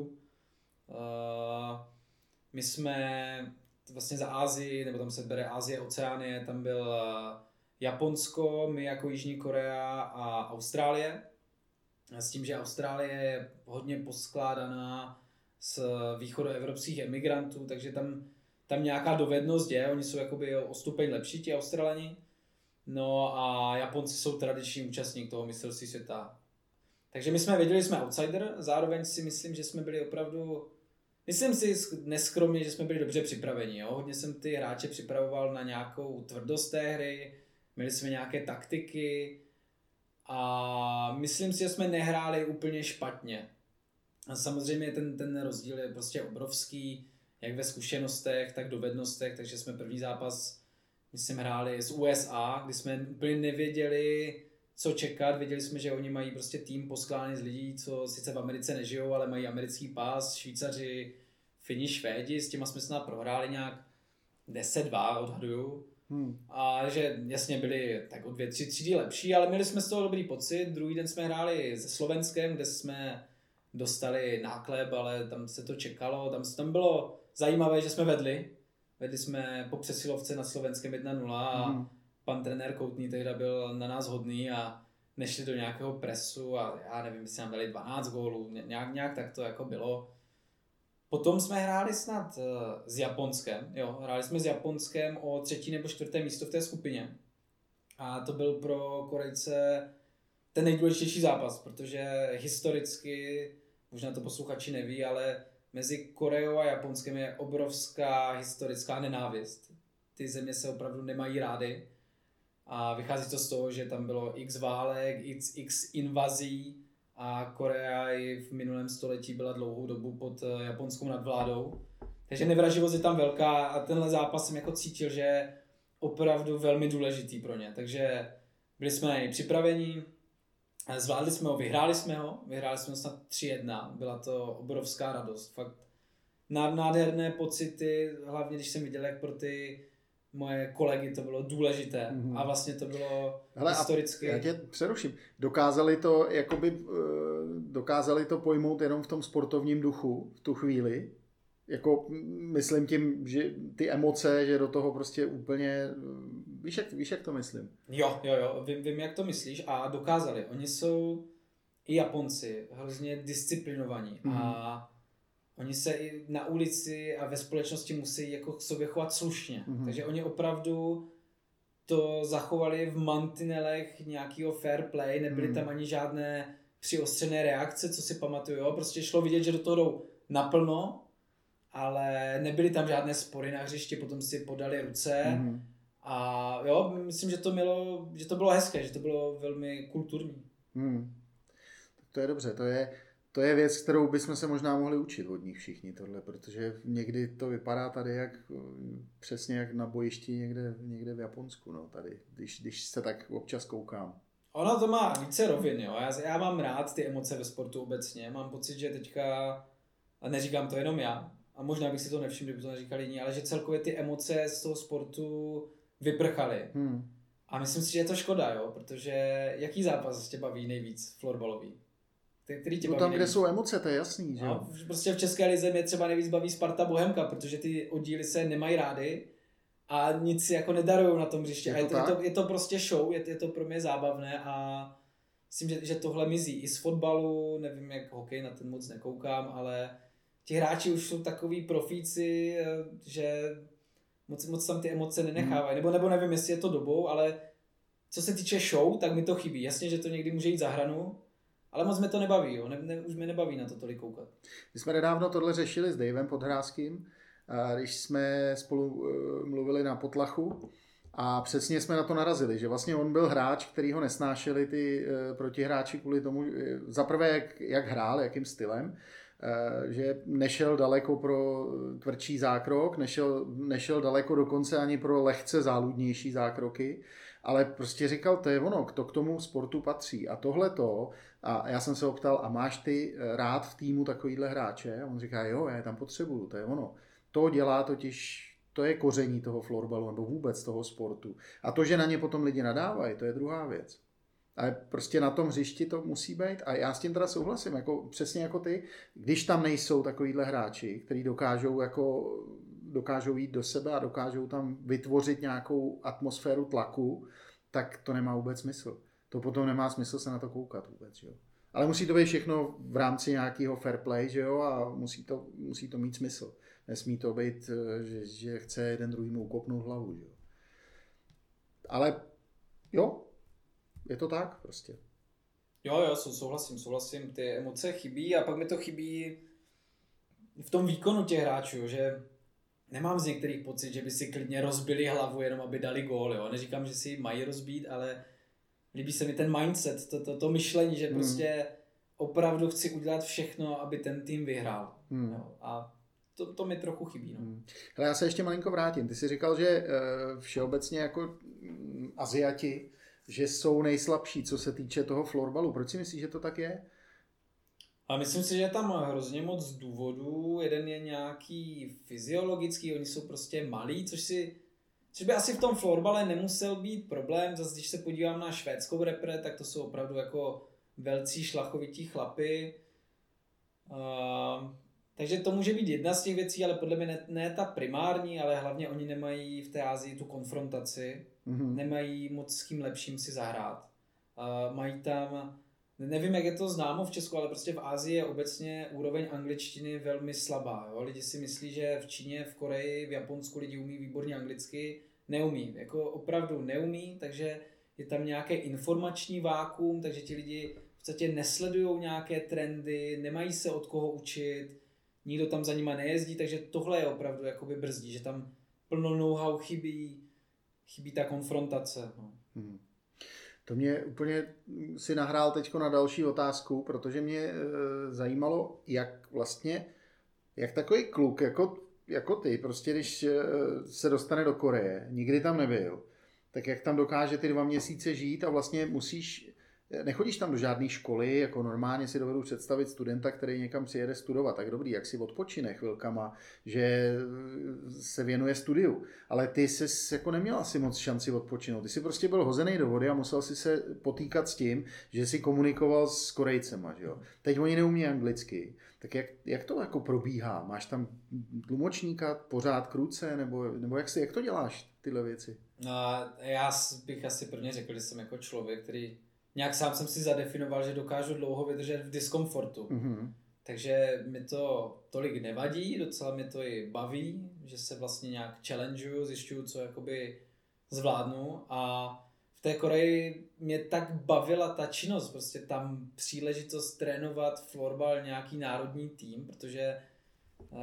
Uh, my jsme vlastně za Asii, nebo tam se bere Asie, Oceánie, tam byl Japonsko, my jako Jižní Korea a Austrálie. S tím, že Austrálie je hodně poskládaná z východoevropských emigrantů, takže tam, tam nějaká dovednost je, oni jsou jakoby o stupeň lepší, ti Australani. No a Japonci jsou tradiční účastník toho mistrovství světa. Takže my jsme věděli, že jsme outsider, zároveň si myslím, že jsme byli opravdu, myslím si neskromně, že jsme byli dobře připraveni. Jo? Hodně jsem ty hráče připravoval na nějakou tvrdost té hry, měli jsme nějaké taktiky a myslím si, že jsme nehráli úplně špatně. A samozřejmě ten, ten rozdíl je prostě obrovský, jak ve zkušenostech, tak dovednostech, takže jsme první zápas, myslím, hráli z U S A, kdy jsme úplně nevěděli, co čekat. Věděli jsme, že oni mají prostě tým poskládaný z lidí, co sice v Americe nežijou, ale mají americký pás, Švýcaři, Fini, Švédi, s těma jsme snad prohráli nějak deset dva, odhaduju. Hmm. A že jasně byli tak o dvě, tři třídy lepší, ale měli jsme z toho dobrý pocit. Druhý den jsme hráli se Slovenskem, kde jsme dostali náklep, ale tam se to čekalo. Tam, tam bylo zajímavé, že jsme vedli. Vedli jsme po přesilovce na Slovenskem jedna nula a hmm. pan trenér Koutný tehdy byl na nás hodný a nešli do nějakého presu a já nevím, jestli nám dali dvanáct gólů, nějak, nějak tak to jako bylo. Potom jsme hráli snad uh, s Japonskem, jo, hráli jsme s Japonskem o třetí nebo čtvrté místo v té skupině. A to byl pro Korejce ten nejdůležitější zápas, protože historicky, možná to posluchači neví, ale mezi Koreou a Japonskem je obrovská historická nenávist. Ty země se opravdu nemají rády a vychází to z toho, že tam bylo x válek, x, x invazí a Korea i v minulém století byla dlouhou dobu pod japonskou nadvládou. Takže nevraživost je tam velká a tenhle zápas jsem jako cítil, že je opravdu velmi důležitý pro ně. Takže byli jsme na něj připraveni, zvládli jsme ho, vyhráli jsme ho, vyhráli jsme ho snad tři jedna, byla to obrovská radost, fakt nádherné pocity, hlavně když jsem viděl, jak pro ty moje kolegy to bylo důležité mm-hmm. a vlastně to bylo hele, historicky. Já tě přeruším. Dokázali to, jakoby, dokázali to pojmout jenom v tom sportovním duchu v tu chvíli? Jako myslím tím, že ty emoce, že do toho prostě úplně, víš jak, víš jak to myslím? Jo, jo, jo, vím, vím jak to myslíš a dokázali. Oni jsou i Japonci hrozně disciplinovaní mm-hmm. a oni se i na ulici a ve společnosti musí jako k sobě chovat slušně. Mm-hmm. Takže oni opravdu to zachovali v mantinelech nějakého fair play, nebyly mm-hmm. tam ani žádné přiostřené reakce, co si pamatuju. Jo? Prostě šlo vidět, že do toho jdou naplno, ale nebyly tam žádné spory na hřišti, potom si podali ruce mm-hmm. a jo, myslím, že to, mělo, že to bylo hezké, že to bylo velmi kulturní. Mm. To je dobře, to je To je věc, kterou bychom se možná mohli učit od nich všichni tohle, protože někdy to vypadá tady jak, přesně jak na bojišti někde, někde v Japonsku, no, tady, když, když se tak občas koukám. Ono to má více rovin, jo. Já, já mám rád ty emoce ve sportu obecně, mám pocit, že teďka, a neříkám to jenom já, a možná bych si to nevšiml, kdyby to neříkali jiní, ale že celkově ty emoce z toho sportu vyprchaly. Hmm. A myslím si, že je to škoda, jo, protože jaký zápas tě baví nejvíc florbalový? Který tě no baví tam, nejvíc? kde jsou emoce, to je jasný, že jo? No, prostě v České lize mě třeba nejvíc baví Sparta Bohemka, protože ty oddíly se nemají rády a nic si jako nedarujou na tom hřišti. A je to, je, to, je to prostě show, je, je to pro mě zábavné a myslím, že, že tohle mizí i z fotbalu, nevím jak hokej, na ten moc nekoukám, ale ti hráči už jsou takový profíci, že moc, moc tam ty emoce nenechávají. Nebo, nebo nevím, jestli je to dobou, ale co se týče show, tak mi to chybí. Jasně, že to někdy může jít za hranu, ale moc mě to nebaví, jo. Ne, ne, už mě nebaví na to tolik koukat. My jsme nedávno tohle řešili s Davem Podhrázkým, když jsme spolu mluvili na potlachu a přesně jsme na to narazili, že vlastně on byl hráč, který ho nesnášeli ty protihráči kvůli tomu, zaprvé jak, jak hrál, jakým stylem, že nešel daleko pro tvrdší zákrok, nešel, nešel daleko dokonce ani pro lehce záludnější zákroky, ale prostě říkal, to je ono, to k tomu sportu patří a tohleto, a já jsem se ho ptal, a máš ty rád v týmu takovýhle hráče? A on říká, jo, já je tam potřebuju, to je ono. To dělá totiž to je koření toho florbalu nebo vůbec toho sportu. A to, že na ně potom lidi nadávají, to je druhá věc. Ale prostě na tom hřišti to musí být. A já s tím teda souhlasím, jako, přesně jako ty, když tam nejsou takovýhle hráči, kteří dokážou, jako, dokážou jít do sebe a dokážou tam vytvořit nějakou atmosféru tlaku, tak to nemá vůbec smysl. To potom nemá smysl se na to koukat vůbec. Jo? Ale musí to být všechno v rámci nějakého fair play, že jo? A musí to, musí to mít smysl. Nesmí to být, že, že chce jeden druhýmu ukopnout hlavu. Že jo? Ale jo, je to tak prostě. Jo, jo, souhlasím, souhlasím. Ty emoce chybí a pak mi to chybí v tom výkonu těch hráčů, že nemám z některých pocit, že by si klidně rozbili hlavu jenom, aby dali gól. Jo? Neříkám, že si mají rozbít, ale líbí se mi ten mindset, to, to, to myšlení, že hmm. prostě opravdu chci udělat všechno, aby ten tým vyhrál. Hmm. Jo? A to, to mi trochu chybí. No. Hmm. Hele, já se ještě malinko vrátím. Ty jsi říkal, že uh, všeobecně jako Aziati, že jsou nejslabší, co se týče toho florbalu. Proč si myslíš, že to tak je? A myslím si, že je tam hrozně moc důvodů. Jeden je nějaký fyziologický, oni jsou prostě malí, což si což by asi v tom florbale nemusel být problém. Zase když se podívám na švédskou repre, tak to jsou opravdu jako velcí šlachovití chlapy. Uh, takže to může být jedna z těch věcí, ale podle mě ne, ne ta primární, ale hlavně oni nemají v té Asii tu konfrontaci. Mm-hmm. Nemají moc s kým lepším si zahrát. Uh, mají tam, nevím, jak je to známo v Česku, ale prostě v Asii je obecně úroveň angličtiny velmi slabá. Jo? Lidi si myslí, že v Číně, v Koreji, v Japonsku lidi umí výborně anglicky. Neumí. Jako opravdu neumí, takže je tam nějaké informační vákuum, takže ti lidi v podstatě nesledují nějaké trendy, nemají se od koho učit, nikdo tam za nima nejezdí, takže tohle je opravdu jakoby brzdí, že tam plno know-how chybí, chybí ta konfrontace. No. Hmm. To mě úplně si nahrál teďko na další otázku, protože mě e, zajímalo, jak vlastně, jak takový kluk, jako, jako ty, prostě když e, se dostane do Koreje, nikdy tam nebyl, tak jak tam dokáže ty dva měsíce žít a vlastně musíš, nechodíš tam do žádné školy, jako normálně si dovedu představit studenta, který někam přijede studovat, tak dobrý, jak si odpočine chvilkama, že se věnuje studiu. Ale ty jsi jako neměl asi moc šanci odpočinout. Ty jsi prostě byl hozený do vody a musel si se potýkat s tím, že jsi komunikoval s Korejcema. Že jo? Teď oni neumí anglicky. Tak jak, jak to jako probíhá? Máš tam tlumočníka pořád k ruce? Nebo, nebo jak, si, jak to děláš, tyhle věci? No, já bych asi prvně řekl, že jsem jako člověk, který nějak sám jsem si zadefinoval, že dokážu dlouho vydržet v diskomfortu. Mm-hmm. Takže mi to tolik nevadí, docela mi to i baví, že se vlastně nějak challengeuju, zjišťuju, co jakoby zvládnu. A v té Koreji mě tak bavila ta činnost, prostě tam příležitost trénovat florbal nějaký národní tým, protože uh,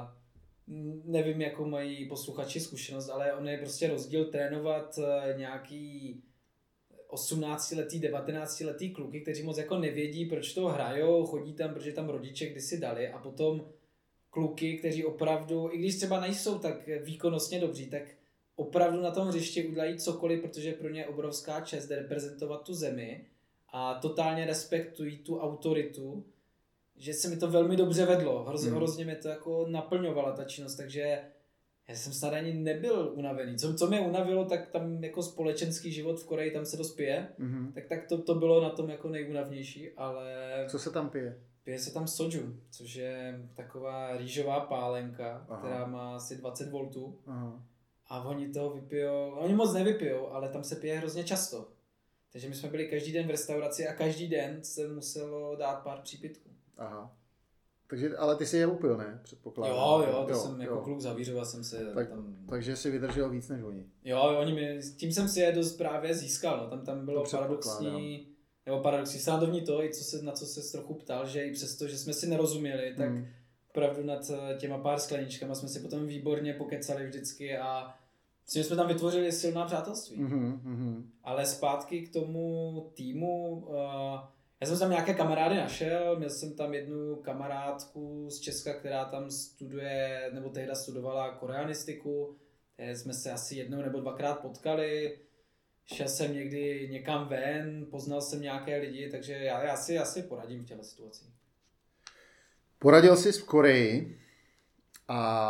nevím, jakou mají posluchači zkušenost, ale on je prostě rozdíl trénovat uh, nějaký osmnáctiletý, devatenáctiletý kluky, kteří moc jako nevědí, proč to hrajou, chodí tam, protože tam rodiče kdysi dali, a potom kluky, kteří opravdu, i když třeba nejsou tak výkonnostně dobří, tak opravdu na tom hřišti udělají cokoliv, protože pro ně je obrovská čest reprezentovat tu zemi a totálně respektují tu autoritu, že se mi to velmi dobře vedlo, hrozně, hmm. hrozně mě to jako naplňovala ta činnost, takže já jsem snad ani nebyl unavený. Co, co mě unavilo, tak tam jako společenský život v Koreji, tam se dost pije, mm-hmm. tak, tak to, to bylo na tom jako nejunavnější, ale... Co se tam pije? Pije se tam soju, což je taková rýžová pálenka, Aha. která má asi dvacet voltů. Aha. A oni toho vypijou, oni moc nevypijou, ale tam se pije hrozně často. Takže my jsme byli každý den v restauraci a každý den se muselo dát pár přípitků. Aha. Takže, ale ty jsi je upil, ne? Předpokládám. Jo, jo, to jo, jsem jako jo. kluk zavířoval jsem se tak, tam... Takže jsi vydržel víc než oni. Jo, oni mi, tím jsem si je dost právě získal, no. Tam, tam bylo paradoxní, nebo paradoxní, srandovní to, i co se, na co se trochu ptal, že i přesto, že jsme si nerozuměli, tak hmm. opravdu nad těma pár skleničkama jsme si potom výborně pokecali vždycky a myslím, že jsme tam vytvořili silná přátelství. Mm-hmm, mm-hmm. Ale zpátky k tomu týmu... Uh, Já jsem tam nějaké kamarády našel, měl jsem tam jednu kamarádku z Česka, která tam studuje, nebo tehda studovala koreanistiku. Tehdy jsme se asi jednou nebo dvakrát potkali. Šel jsem někdy někam ven, poznal jsem nějaké lidi, takže já, já si asi poradím v těchto situacích. Poradil jsi v Koreji a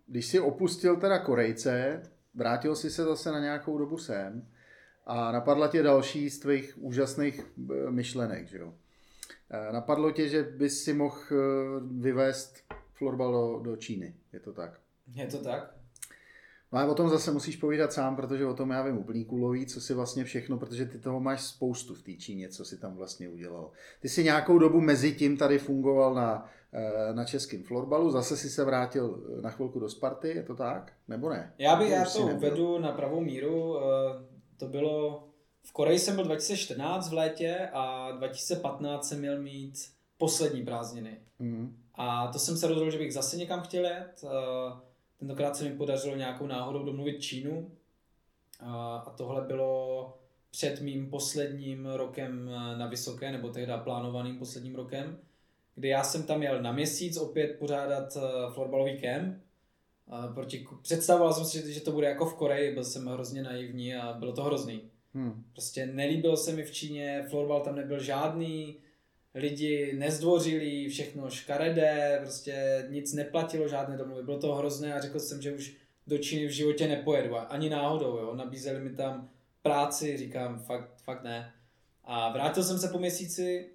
když jsi opustil teda Korejce, vrátil jsi se zase na nějakou dobu sem a napadla tě další z tvých úžasných myšlenek, že jo? Napadlo tě, že bys si mohl vyvést florbal do, do Číny, je to tak? Je to tak. No a o tom zase musíš povídat sám, protože o tom já vím úplný kulový, co si vlastně všechno, protože ty toho máš spoustu v té Číně, co si tam vlastně udělal. Ty si nějakou dobu mezi tím tady fungoval na, na českém florbalu, zase si se vrátil na chvilku do Sparty, je to tak? Nebo ne? Já bych já to uvedu na pravou míru, to bylo, v Koreji jsem byl dva tisíce čtrnáct v létě a dva tisíce patnáct jsem měl mít poslední prázdniny. Mm. A to jsem se rozhodl, že bych zase někam chtěl jet. Tentokrát se mi podařilo nějakou náhodou domluvit Čínu a tohle bylo před mým posledním rokem na Vysoké, nebo tehdy plánovaným posledním rokem, kdy já jsem tam jel na měsíc opět pořádat florbalový kemp. Proti, představoval jsem si, že to bude jako v Koreji, byl jsem hrozně naivní a bylo to hrozný. Hmm. Prostě nelíbilo se mi v Číně, florbal tam nebyl žádný, lidi nezdvořili, všechno škaredé, prostě nic neplatilo, žádné domluvy, bylo to hrozné a řekl jsem, že už do Číny v životě nepojedu, ani náhodou, jo. Nabízeli mi tam práci, říkám, fakt, fakt ne. A vrátil jsem se po měsíci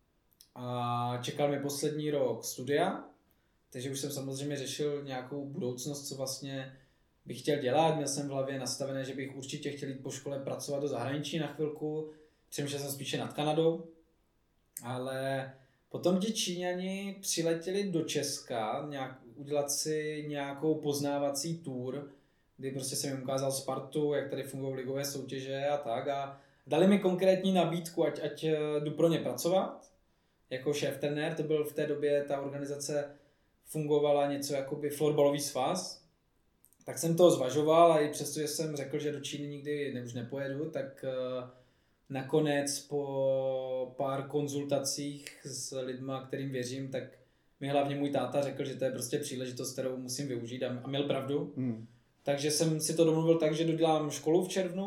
a čekal mi poslední rok studia, takže už jsem samozřejmě řešil nějakou budoucnost, co vlastně bych chtěl dělat, měl jsem v hlavě nastavené, že bych určitě chtěl jít po škole pracovat do zahraničí na chvilku, přemýšlel jsem spíše nad Kanadou, ale potom ti Číňani přiletěli do Česka nějak, udělat si nějakou poznávací tour, kdy prostě jsem jim ukázal Spartu, jak tady fungují ligové soutěže a tak a dali mi konkrétní nabídku, ať, ať jdu pro ně pracovat jako šéf trenér, to byl v té době ta organizace fungovala něco jako by florbalový svaz, tak jsem to zvažoval a i přesto, že jsem řekl, že do Číny nikdy ne, už nepojedu, tak uh, nakonec po pár konzultacích s lidma, kterým věřím, tak mi hlavně můj táta řekl, že to je prostě příležitost, kterou musím využít a, a měl pravdu. Hmm. Takže jsem si to domluvil tak, že dodělám školu v červnu,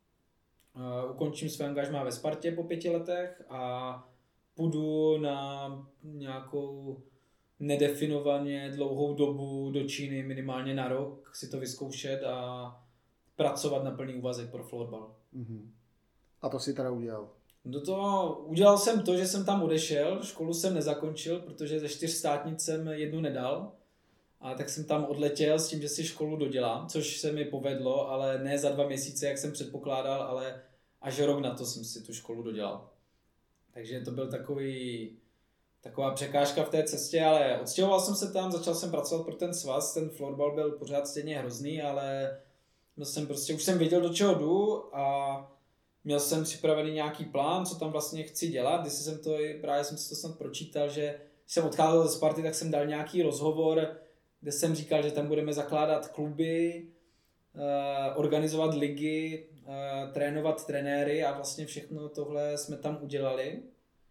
uh, ukončím své angažmá ve Spartě po pěti letech a půjdu na nějakou nedefinovaně dlouhou dobu do Číny, minimálně na rok, si to vyzkoušet a pracovat na plný úvazek pro florbal. Mm-hmm. A to si teda udělal? Do toho udělal jsem to, že jsem tam odešel, školu jsem nezakončil, protože ze čtyř státnic jsem jednu nedal. A tak jsem tam odletěl s tím, že si školu dodělám, což se mi povedlo, ale ne za dva měsíce, jak jsem předpokládal, ale až rok na to jsem si tu školu dodělal. Takže to byl takový... taková překážka v té cestě, ale odstěhoval jsem se tam, začal jsem pracovat pro ten svaz, ten florbal byl pořád stejně hrozný, ale měl jsem prostě, už jsem věděl, do čeho jdu a měl jsem připravený nějaký plán, co tam vlastně chci dělat, když jsem to, právě jsem si to snad pročítal, že když jsem odcházel ze Sparty, tak jsem dal nějaký rozhovor, kde jsem říkal, že tam budeme zakládat kluby, organizovat ligy, trénovat trenéry a vlastně všechno tohle jsme tam udělali.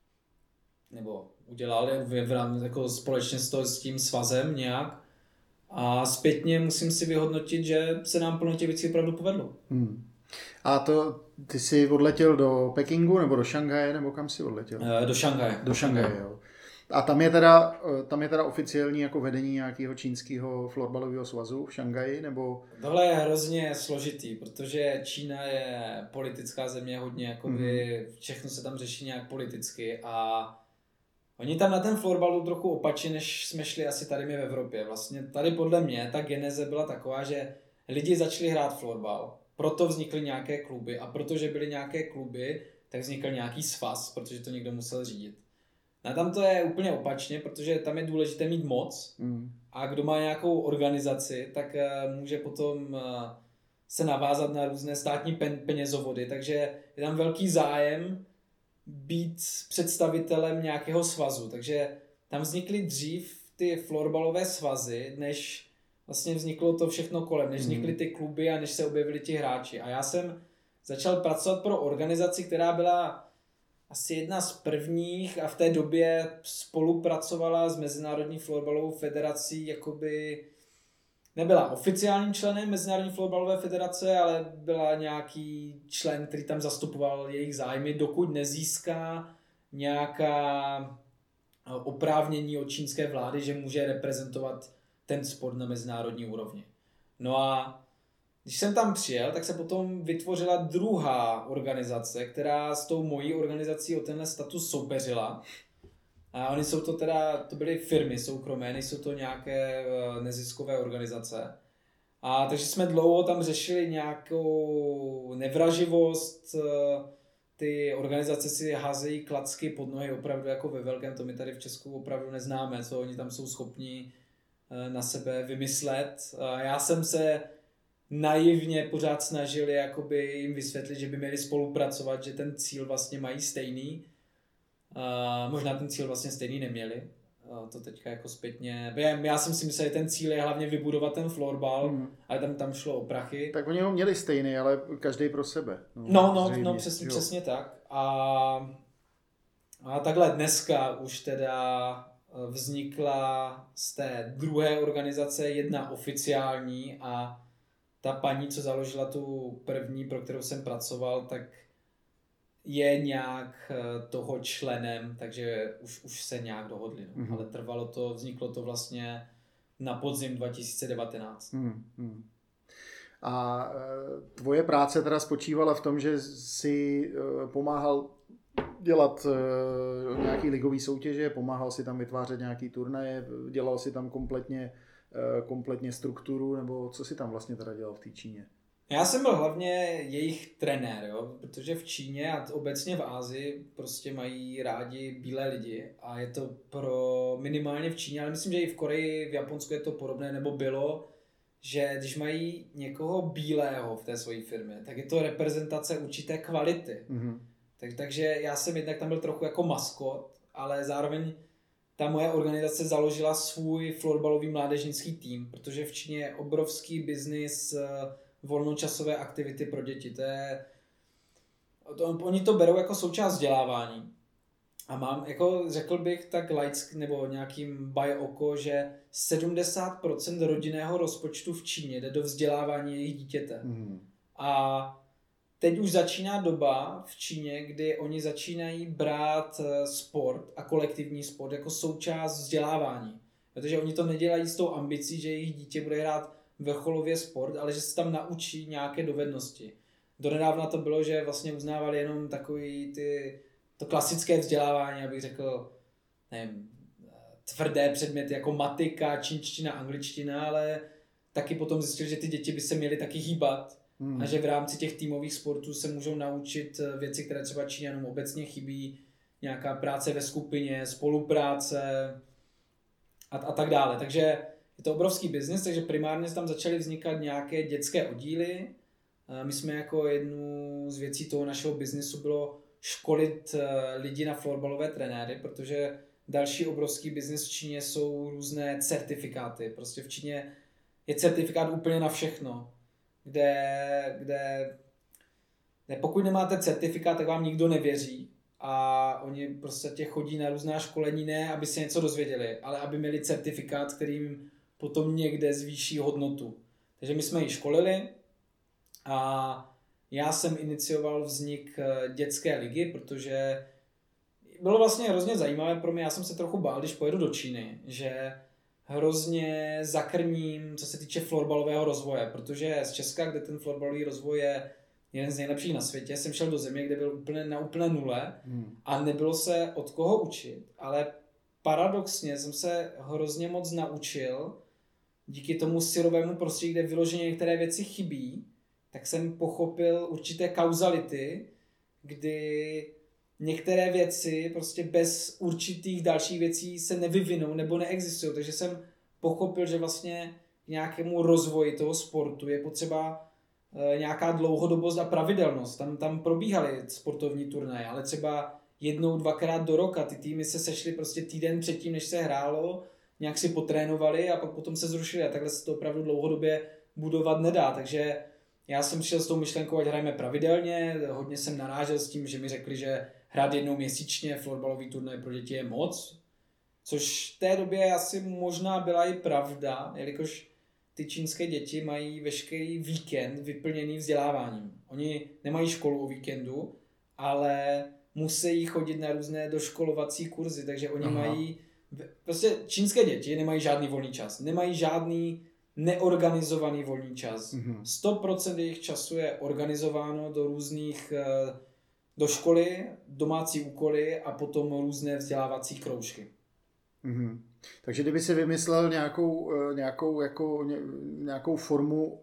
Nebo udělali v, v rámci jako společně s, to, s tím svazem nějak a zpětně musím si vyhodnotit, že se nám plno těch věcí opravdu povedlo. Hmm. A to ty jsi odletěl do Pekingu nebo do Šanghaje, nebo kam jsi odletěl? Do Šanghaje. Do Šanghaje, jo. A tam je teda, tam je teda oficiální jako vedení nějakého čínského florbalového svazu v Šanghaji, nebo? Tohle je hrozně složitý, protože Čína je politická země hodně, jakoby hmm. všechno se tam řeší nějak politicky a oni tam na ten florbal jdou trochu opačně, než jsme šli asi tady my v Evropě. Vlastně tady podle mě ta geneze byla taková, že lidi začali hrát florbal, proto vznikly nějaké kluby a protože byly nějaké kluby, tak vznikl nějaký svaz, protože to někdo musel řídit. A tam to je úplně opačně, protože tam je důležité mít moc mm. a kdo má nějakou organizaci, tak může potom se navázat na různé státní penězovody, takže je tam velký zájem být představitelem nějakého svazu, takže tam vznikly dřív ty florbalové svazy, než vlastně vzniklo to všechno kolem, než vznikly ty kluby a než se objevili ti hráči. A já jsem začal pracovat pro organizaci, která byla asi jedna z prvních a v té době spolupracovala s Mezinárodní florbalovou federací, jakoby nebyla oficiálním členem Mezinárodní florbalové federace, ale byla nějaký člen, který tam zastupoval jejich zájmy, dokud nezíská nějaká oprávnění od čínské vlády, že může reprezentovat ten sport na mezinárodní úrovni. No a když jsem tam přijel, tak se potom vytvořila druhá organizace, která s tou mojí organizací o tenhle status soupeřila. A oni jsou to teda, to byly firmy soukromé, nejsou to nějaké neziskové organizace. A takže jsme dlouho tam řešili nějakou nevraživost, ty organizace si házejí klacky pod nohy opravdu jako ve velkém, to my tady v Česku opravdu neznáme, co oni tam jsou schopni na sebe vymyslet. Já jsem se naivně pořád snažil jakoby jim vysvětlit, že by měli spolupracovat, že ten cíl vlastně mají stejný. Uh, možná ten cíl vlastně stejný neměli. Uh, to teďka jako zpětně. Já, já jsem si myslel, že ten cíl je hlavně vybudovat ten florbal, hmm. ale tam, tam šlo o prachy. Tak oni ho měli stejný, ale každý pro sebe. No, no, no, no přesně, přesně tak. A, a takhle dneska už teda vznikla z té druhé organizace jedna oficiální a ta paní, co založila tu první, pro kterou jsem pracoval, tak je nějak toho členem, takže už, už se nějak dohodli. No. Mm-hmm. Ale trvalo to, vzniklo to vlastně na podzim dva tisíce devatenáct. Mm-hmm. A tvoje práce teda spočívala v tom, že jsi pomáhal dělat nějaký ligový soutěže, pomáhal si tam vytvářet nějaký turnaje, dělal si tam kompletně, kompletně strukturu, nebo co si tam vlastně teda dělal v té Číně? Já jsem byl hlavně jejich trenér, jo? Protože v Číně a obecně v Asii prostě mají rádi bílé lidi a je to pro minimálně v Číně, ale myslím, že i v Koreji, v Japonsku je to podobné, nebo bylo, že když mají někoho bílého v té své firmě, tak je to reprezentace určité kvality. Mm-hmm. Tak, takže já jsem jednak tam byl trochu jako maskot, ale zároveň ta moje organizace založila svůj florbalový mládežnický tým, protože v Číně je obrovský biznis volnočasové aktivity pro děti. To je, to, oni to berou jako součást vzdělávání. A mám, jako řekl bych tak laicky, nebo nějakým baj oko, že sedmdesát procent rodinného rozpočtu v Číně jde do vzdělávání jejich dítěte. Mm. A teď už začíná doba v Číně, kdy oni začínají brát sport a kolektivní sport jako součást vzdělávání. Protože oni to nedělají s tou ambicí, že jejich dítě bude hrát vrcholově sport, ale že se tam naučí nějaké dovednosti. Donedávna to bylo, že vlastně uznávali jenom takový ty, to klasické vzdělávání, abych řekl, nevím, tvrdé předměty jako matika, čínština, angličtina, ale taky potom zjistili, že ty děti by se měly taky hýbat hmm. a že v rámci těch týmových sportů se můžou naučit věci, které třeba Číňanům obecně chybí, nějaká práce ve skupině, spolupráce a, a tak dále. Takže je to obrovský biznis, takže primárně tam začaly vznikat nějaké dětské oddíly. My jsme jako jednu z věcí toho našeho biznisu bylo školit lidi na florbalové trenéry, protože další obrovský biznis v Číně jsou různé certifikáty. Prostě v Číně je certifikát úplně na všechno, kde, kde, kde pokud nemáte certifikát, tak vám nikdo nevěří a oni prostě chodí na různá školení, ne aby se něco dozvěděli, ale aby měli certifikát, kterým potom někde zvýší hodnotu. Takže my jsme ji školili a já jsem inicioval vznik dětské ligy, protože bylo vlastně hrozně zajímavé pro mě, já jsem se trochu bál, když pojedu do Číny, že hrozně zakrním, co se týče florbalového rozvoje, protože z Česka, kde ten florbalový rozvoj je jeden z nejlepších na světě, jsem šel do země, kde byl úplně, na úplné nule hmm. a nebylo se od koho učit, ale paradoxně jsem se hrozně moc naučil díky tomu syrovému prostředí, kde vyloženě některé věci chybí, tak jsem pochopil určité kauzality, kdy některé věci prostě bez určitých dalších věcí se nevyvinou nebo neexistují. Takže jsem pochopil, že vlastně k nějakému rozvoji toho sportu je potřeba e, nějaká dlouhodobost a pravidelnost. Tam, tam probíhaly sportovní turnaje, ale třeba jednou, dvakrát do roka ty týmy se sešly prostě týden předtím, než se hrálo, nějak si potrénovali a pak potom se zrušili a takhle se to opravdu dlouhodobě budovat nedá. Takže já jsem přišel s tou myšlenkou, ať hrajeme pravidelně, hodně jsem narážel s tím, že mi řekli, že hrát jednou měsíčně florbalový turnaj pro děti je moc, což v té době asi možná byla i pravda, jelikož ty čínské děti mají veškerý víkend vyplněný vzděláváním. Oni nemají školu o víkendu, ale musí chodit na různé doškolovací kurzy, takže oni Aha. mají prostě čínské děti nemají žádný volný čas, nemají žádný neorganizovaný volný čas. Mm-hmm. sto procent jejich času je organizováno do různých, do školy, domácí úkoly a potom různé vzdělávací kroužky. Mm-hmm. Takže kdyby si vymyslel nějakou, nějakou, jako, nějakou formu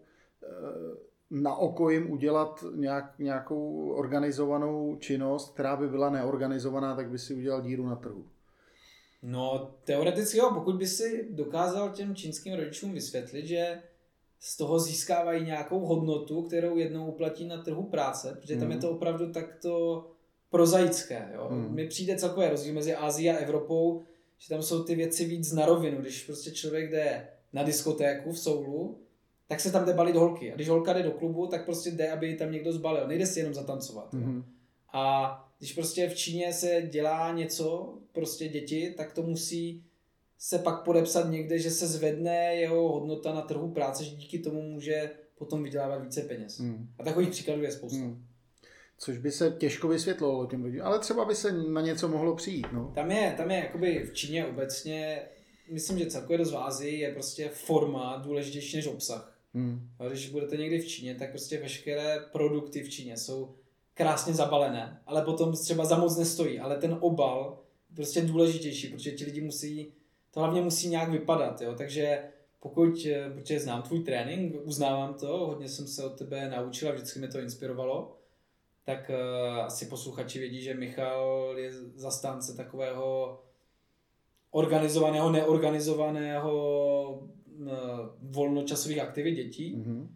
na oko jim udělat nějak, nějakou organizovanou činnost, která by byla neorganizovaná, tak by si udělal díru na trhu. No, teoreticky jo, pokud by si dokázal těm čínským rodičům vysvětlit, že z toho získávají nějakou hodnotu, kterou jednou uplatí na trhu práce, protože tam mm. je to opravdu takto prozaické. Jo? Mm. Mně přijde celkově rozdíl mezi Asií a Evropou, že tam jsou ty věci víc na rovinu. Když prostě člověk jde na diskotéku v Soulu, tak se tam jde balit holky. A když holka jde do klubu, tak prostě jde, aby tam někdo zbalil. Nejde si jenom zatancovat. Mm. A když prostě v Číně se dělá něco, prostě děti, tak to musí se pak podepsat někde, že se zvedne jeho hodnota na trhu práce, že díky tomu může potom vydělávat více peněz. Mm. A takových příkladů je spousta. Mm. Což by se těžko vysvětlilo těm lidem, ale třeba by se na něco mohlo přijít. No. Tam je, tam je jakoby v Číně obecně, myslím, že celkově dost v Asii je prostě forma důležitější než obsah. Mm. A když budete někdy v Číně, tak prostě veškeré produkty v Číně jsou krásně zabalené, ale potom třeba za moc nestojí, ale ten obal prostě je důležitější, protože ti lidi musí, to hlavně musí nějak vypadat, jo, takže pokud, protože znám tvůj trénink, uznávám to, hodně jsem se od tebe naučil a vždycky mě to inspirovalo, tak uh, asi posluchači vědí, že Michal je zastánce takového organizovaného, neorganizovaného uh, volnočasových aktivit dětí. Mm-hmm.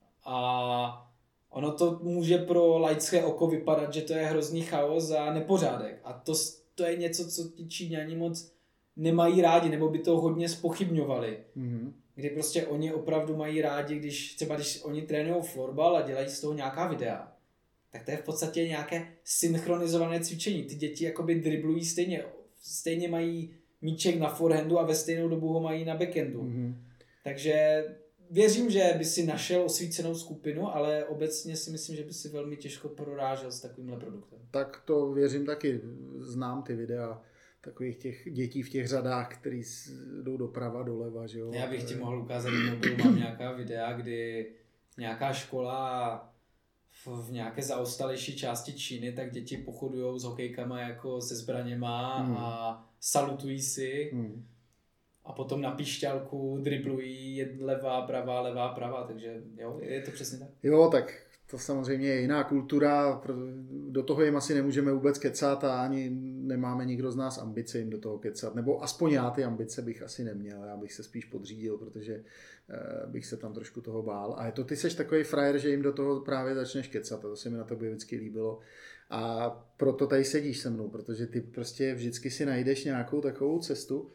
A ono to může pro laické oko vypadat, že to je hrozný chaos a nepořádek. A to, to je něco, co ti Číňani moc nemají rádi, nebo by to hodně zpochybňovali. Mm-hmm. Kdy prostě oni opravdu mají rádi, když třeba když oni trénují florbal a dělají z toho nějaká videa, tak to je v podstatě nějaké synchronizované cvičení. Ty děti jakoby driblují stejně, stejně mají míček na forehandu a ve stejnou dobu ho mají na backendu. Mm-hmm. Takže věřím, že by si našel osvícenou skupinu, ale obecně si myslím, že by si velmi těžko prorážel s takovýmhle produktem. Tak to věřím taky. Znám ty videa takových těch dětí v těch řadách, který jdou doprava, doleva. Že jo? Já bych ti mohl ukázat, že mobilu mám nějaká videa, kdy nějaká škola v nějaké zaostalejší části Číny, tak děti pochodujou s hokejkama jako se zbraněma hmm. a salutují si. Hmm. A potom na píšťalku driblují levá, pravá, levá, pravá, takže jo, je to přesně tak. Jo, tak to samozřejmě je jiná kultura, do toho jim asi nemůžeme vůbec kecat a ani nemáme nikdo z nás ambice jim do toho kecat, nebo aspoň já ty ambice bych asi neměl, já bych se spíš podřídil, protože bych se tam trošku toho bál. A je to ty seš takový frajer, že jim do toho právě začneš kecat a to se mi na tobě vždycky líbilo. A proto tady sedíš se mnou, protože ty prostě vždycky si najdeš nějakou takovou cestu,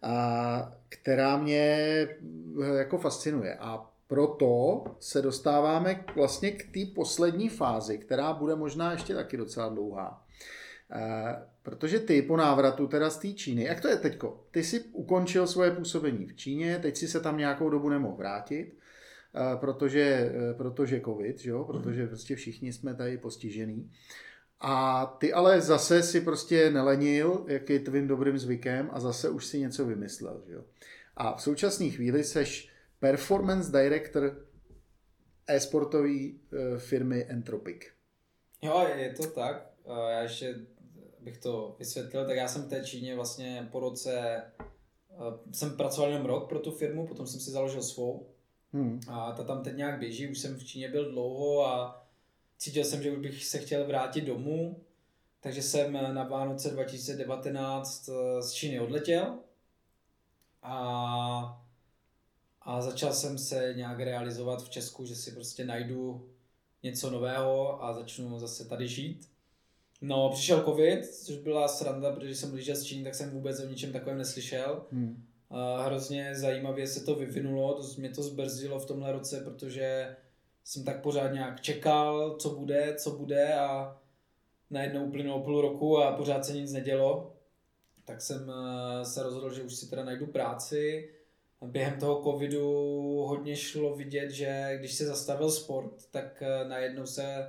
a která mě jako fascinuje. A proto se dostáváme vlastně k té poslední fázi, která bude možná ještě taky docela dlouhá. E, protože ty po návratu teda z té Číny, jak to je teďko? Ty jsi ukončil svoje působení v Číně, teď si se tam nějakou dobu nemohl vrátit, e, protože, protože covid, že jo? Protože prostě všichni jsme tady postižení. A ty ale zase si prostě nelenil, jak je tvým dobrým zvykem, a zase už si něco vymyslel. Že jo? A v současné chvíli seš performance director e-sportové firmy Entropic. Jo, je to tak. Já ještě bych to vysvětlil, tak já jsem v té Číně vlastně po roce, jsem pracoval jenom rok pro tu firmu, potom jsem si založil svou. Hmm. A ta tam teď nějak běží, už jsem v Číně byl dlouho a cítil jsem, že už bych se chtěl vrátit domů, takže jsem na Vánoce dva tisíce devatenáct z Číny odletěl a, a začal jsem se nějak realizovat v Česku, že si prostě najdu něco nového a začnu zase tady žít. No, přišel covid, což byla sranda, protože když jsem blížil z Číny, tak jsem vůbec o ničem takovém neslyšel. Hmm. A hrozně zajímavě se to vyvinulo, to mě to zbrzdilo v tomhle roce, protože jsem tak pořád nějak čekal, co bude, co bude a najednou uplynulo půl roku a pořád se nic nedělo. Tak jsem se rozhodl, že už si teda najdu práci. Během toho covidu hodně šlo vidět, že když se zastavil sport, tak najednou se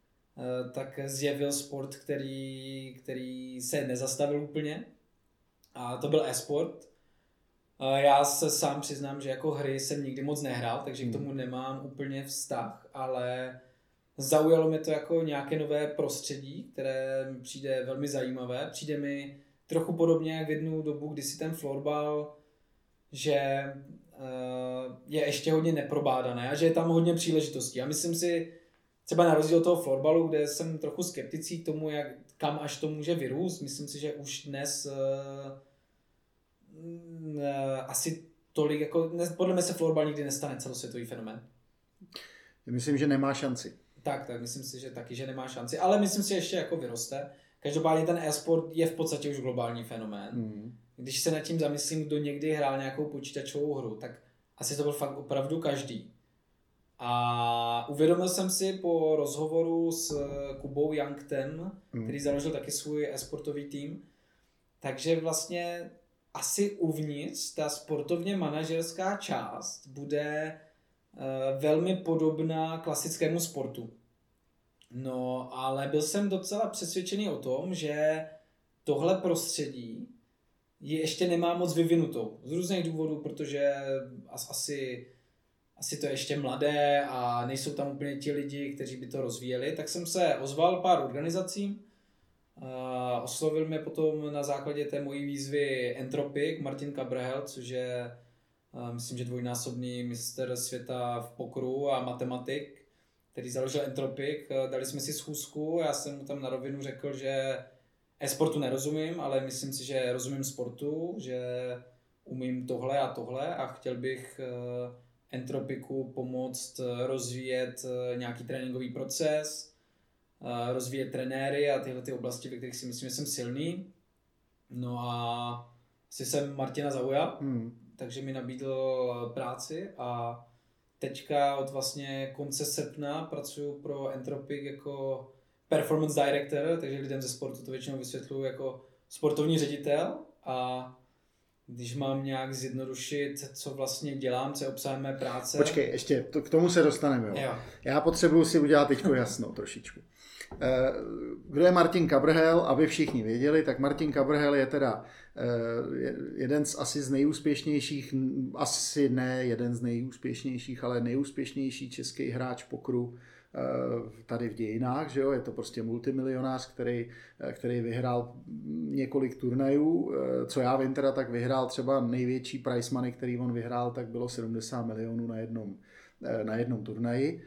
tak zjevil sport, který, který se nezastavil úplně. A to byl e-sport. Já se sám přiznám, že jako hry jsem nikdy moc nehrál, takže k tomu nemám úplně vztah, ale zaujalo mě to jako nějaké nové prostředí, které mi přijde velmi zajímavé. Přijde mi trochu podobně jak v jednu dobu, kdy si ten florbal, že je ještě hodně neprobádané a že je tam hodně příležitostí. A myslím si, třeba na rozdíl od toho florbalu, kde jsem trochu skeptický k tomu, jak, kam až to může vyrůst, myslím si, že už dnes uh, asi tolik, jako, podle mě se florbal nikdy nestane celosvětový fenomén. Myslím, že nemá šanci. Tak, tak, myslím si, že taky, že nemá šanci, ale myslím si, že ještě jako vyroste. Každopádně ten e-sport je v podstatě už globální fenomén. Mm. Když se nad tím zamyslím, kdo někdy hrál nějakou počítačovou hru, tak asi to byl fakt opravdu každý. A uvědomil jsem si po rozhovoru s Kubou Youngtem, mm. který založil taky svůj e-sportový tým, takže vlastně asi uvnitř ta sportovně manažerská část bude uh, velmi podobná klasickému sportu. No, ale byl jsem docela přesvědčený o tom, že tohle prostředí je ještě nemá moc vyvinutou. Z různých důvodů, protože asi, asi to je ještě mladé a nejsou tam úplně ti lidi, kteří by to rozvíjeli. Tak jsem se ozval pár organizací. Uh, oslovil mě potom na základě té mojí výzvy Entropic, Martin Cabrahel, což je uh, myslím, že dvojnásobný mistr světa v pokru a matematik, který založil Entropic. Dali jsme si schůzku, já jsem mu tam na rovinu řekl, že e-sportu nerozumím, ale myslím si, že rozumím sportu, že umím tohle a tohle a chtěl bych Entropiku pomoct rozvíjet nějaký tréninkový proces, rozvíjet trenéry a tyhle ty oblasti, ve kterých si myslím, že jsem silný. No a asi jsem Martina zaujal, hmm. takže mi nabídl práci a teďka od vlastně konce srpna pracuji pro Entropic jako performance director, takže lidem ze sportu to většinou vysvětluji jako sportovní ředitel a když mám nějak zjednodušit, co vlastně dělám, co je obsahem mé práce. Počkej, ještě to, k tomu se dostaneme. Jo. Jo. Já potřebuji si udělat teďko jasnou trošičku. Kdo je Martin Cabrahel, aby všichni věděli, tak Martin Cabrahel je teda jeden z asi z nejúspěšnějších, asi ne jeden z nejúspěšnějších, ale nejúspěšnější český hráč pokru tady v dějinách, že jo? Je to prostě multimilionář, který, který vyhrál několik turnajů. Co já vím teda, tak vyhrál třeba největší prize money, který on vyhrál, tak bylo sedmdesát milionů na jednom, na jednom turnaji.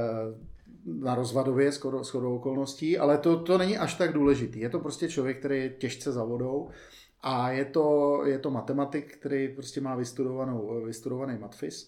Na Rozvadově skoro, skoro okolností, ale to, to není až tak důležitý. Je to prostě člověk, který je těžce za vodou a je to, je to matematik, který prostě má vystudovanou, vystudovaný matfis.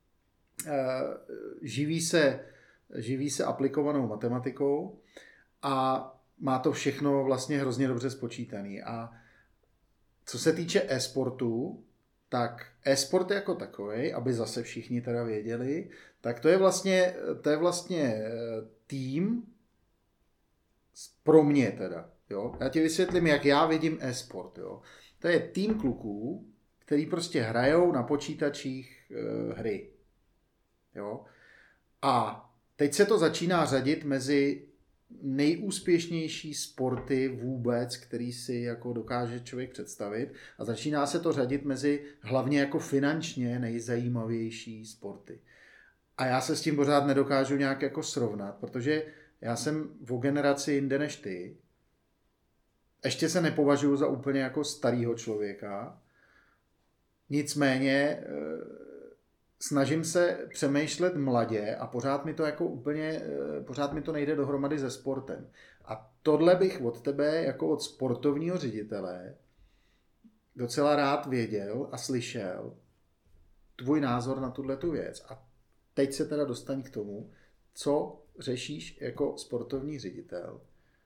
Živí se živí se aplikovanou matematikou a má to všechno vlastně hrozně dobře spočítaný. A co se týče e-sportu, tak e-sport jako takovej, aby zase všichni teda věděli, tak to je vlastně, to je vlastně tým pro mě teda. Jo? Já ti vysvětlím, jak já vidím e-sport. Jo? To je tým kluků, který prostě hrajou na počítačích e, hry. Jo? A teď se to začíná řadit mezi nejúspěšnější sporty vůbec, který si jako dokáže člověk představit a začíná se to řadit mezi hlavně jako finančně nejzajímavější sporty. A já se s tím pořád nedokážu nějak jako srovnat, protože já jsem o generaci jinde než ty. Ještě se nepovažuji za úplně jako starýho člověka. Nicméně snažím se přemýšlet mladě a pořád mi to jako úplně, pořád mi to nejde dohromady se sportem. A tohle bych od tebe jako od sportovního ředitele docela rád věděl a slyšel tvůj názor na tuhletu věc. A teď se teda dostaň k tomu, co řešíš jako sportovní ředitel.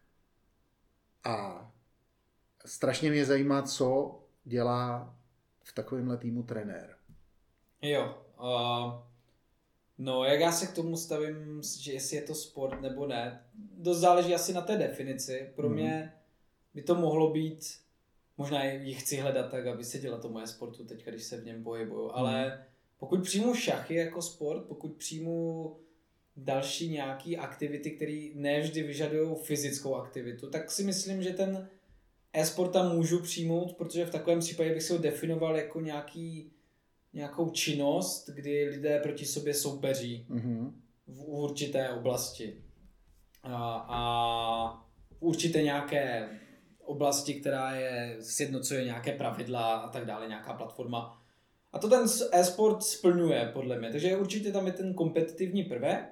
A strašně mě zajímá, co dělá v takovémhle týmu trenér. Jo. Uh, no, jak já se k tomu stavím, že jestli je to sport nebo ne, dost záleží asi na té definici. Pro mm. mě by to mohlo být, možná ji chci hledat tak, aby se dělala tomu e-sportu teďka, když se v něm pohybuju, mm. ale pokud přijmu šachy jako sport, pokud přijmu další nějaký aktivity, které nevždy vyžadují fyzickou aktivitu, tak si myslím, že ten e-sport tam můžu přijmout, protože v takovém případě bych si ho definoval jako nějaký, nějakou činnost, kdy lidé proti sobě soupeří mm-hmm. v určité oblasti. A, a v určité nějaké oblasti, která je, sjednocuje nějaké pravidla a tak dále, nějaká platforma. A to ten e-sport splňuje, podle mě. Takže určitě tam je ten kompetitivní prvek.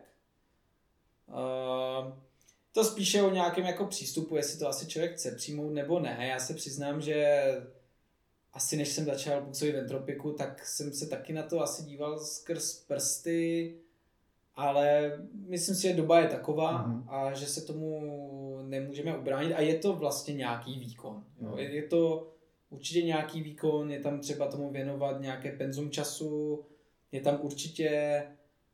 Uh, to spíše o nějakém jako přístupu, jestli to asi člověk chce přijmout nebo ne. Já se přiznám, že asi než jsem začal působit v Entropiku, tak jsem se taky na to asi díval skrz prsty, ale myslím si, že doba je taková mm-hmm. a že se tomu nemůžeme ubránit a je to vlastně nějaký výkon. Jo? Je, je to určitě nějaký výkon, je tam třeba tomu věnovat nějaké penzum času, je tam určitě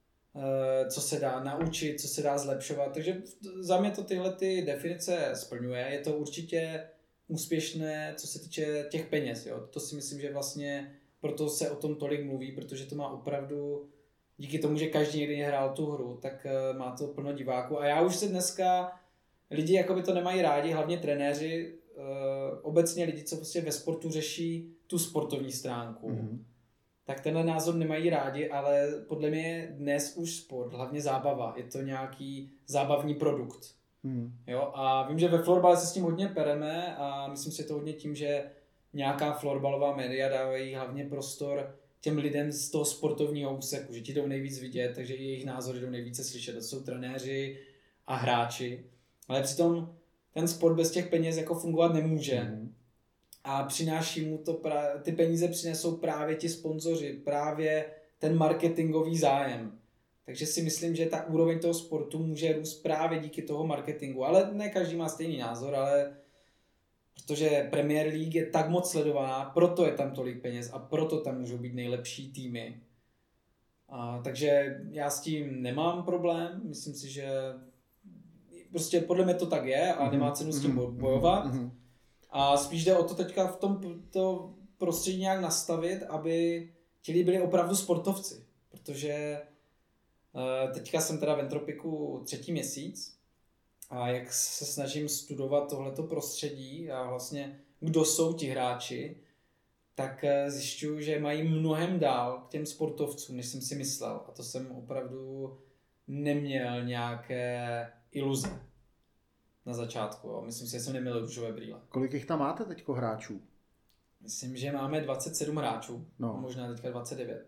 co se dá naučit, co se dá zlepšovat. Takže za mě to tyhle ty definice splňuje. Je to určitě úspěšné, co se týče těch peněz. Jo? To si myslím, že vlastně proto se o tom tolik mluví, protože to má opravdu, díky tomu, že každý někdy hrál tu hru, tak má to plno diváků. A já už se dneska, lidi jakoby to nemají rádi, hlavně trenéři, obecně lidi, co prostě ve sportu řeší tu sportovní stránku. Mm-hmm. Tak tenhle názor nemají rádi, ale podle mě je dnes už sport, hlavně zábava. Je to nějaký zábavní produkt. Hmm. Jo? A vím, že ve florbale se s tím hodně pereme a myslím si to hodně tím, že nějaká florbalová média dávají hlavně prostor těm lidem z toho sportovního úseku, že ti jdou nejvíc vidět, takže jejich názory jdou nejvíce slyšet. To jsou trenéři a hráči. Ale přitom ten sport bez těch peněz jako fungovat nemůže. Hmm. A přináší mu to, pra- ty peníze přinesou právě ti sponzoři, právě ten marketingový zájem. Takže si myslím, že ta úroveň toho sportu může růst právě díky toho marketingu. Ale ne každý má stejný názor, ale protože Premier League je tak moc sledovaná, proto je tam tolik peněz a proto tam můžou být nejlepší týmy. A, takže já s tím nemám problém, myslím si, že prostě podle mě to tak je a nemá cenu s tím bojovat. Mm-hmm. A spíš jde o to teďka v tom to prostředí nějak nastavit, aby ti lidi byli opravdu sportovci. Protože uh, teďka jsem teda v Entropiku třetí měsíc a jak se snažím studovat tohleto prostředí a vlastně kdo jsou ti hráči, tak uh, zjišťuju, že mají mnohem dál k těm sportovcům, než jsem si myslel. A to jsem opravdu neměl nějaké iluze na začátku. Jo. Myslím si, že jsem neměl růžové brýle. Kolik jich tam máte teďko hráčů? Myslím, že máme dvacet sedm hráčů, no. možná teďka dvacet devět.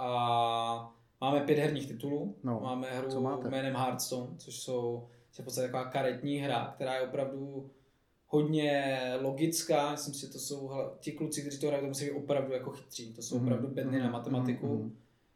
A máme pět herních titulů. No. Máme hru jménem Hearthstone, což jsou v podstatě taková karetní hra, která je opravdu hodně logická. Myslím si, že to jsou ti kluci, kteří to hrají, to musí být opravdu jako chytří. To jsou mm. opravdu bedny mm. na matematiku. Mm.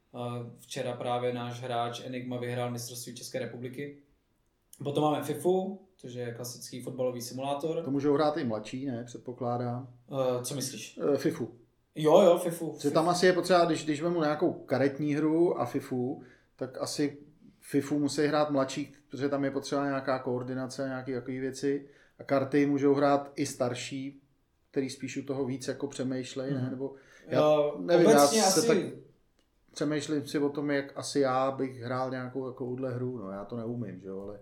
Včera právě náš hráč Enigma vyhrál mistrovství České republiky. Potom máme FIFU, což je klasický fotbalový simulátor. To můžou hrát i mladší, ne? Předpokládám. Uh, co myslíš? Uh, FIFU. Jo, jo, FIFU. Že tam asi je potřeba, když, když vemu nějakou karetní hru a FIFU, tak asi FIFU musí hrát mladší, protože tam je potřeba nějaká koordinace, nějaké takové věci. A karty můžou hrát i starší, který spíš u toho víc jako přemýšlej, mm. ne? Nebo já uh, nevím, já se asi... tak přemýšlím si o tom, jak asi já bych hrál nějakou takovouhle hru, no já to neumím, že jo, ale...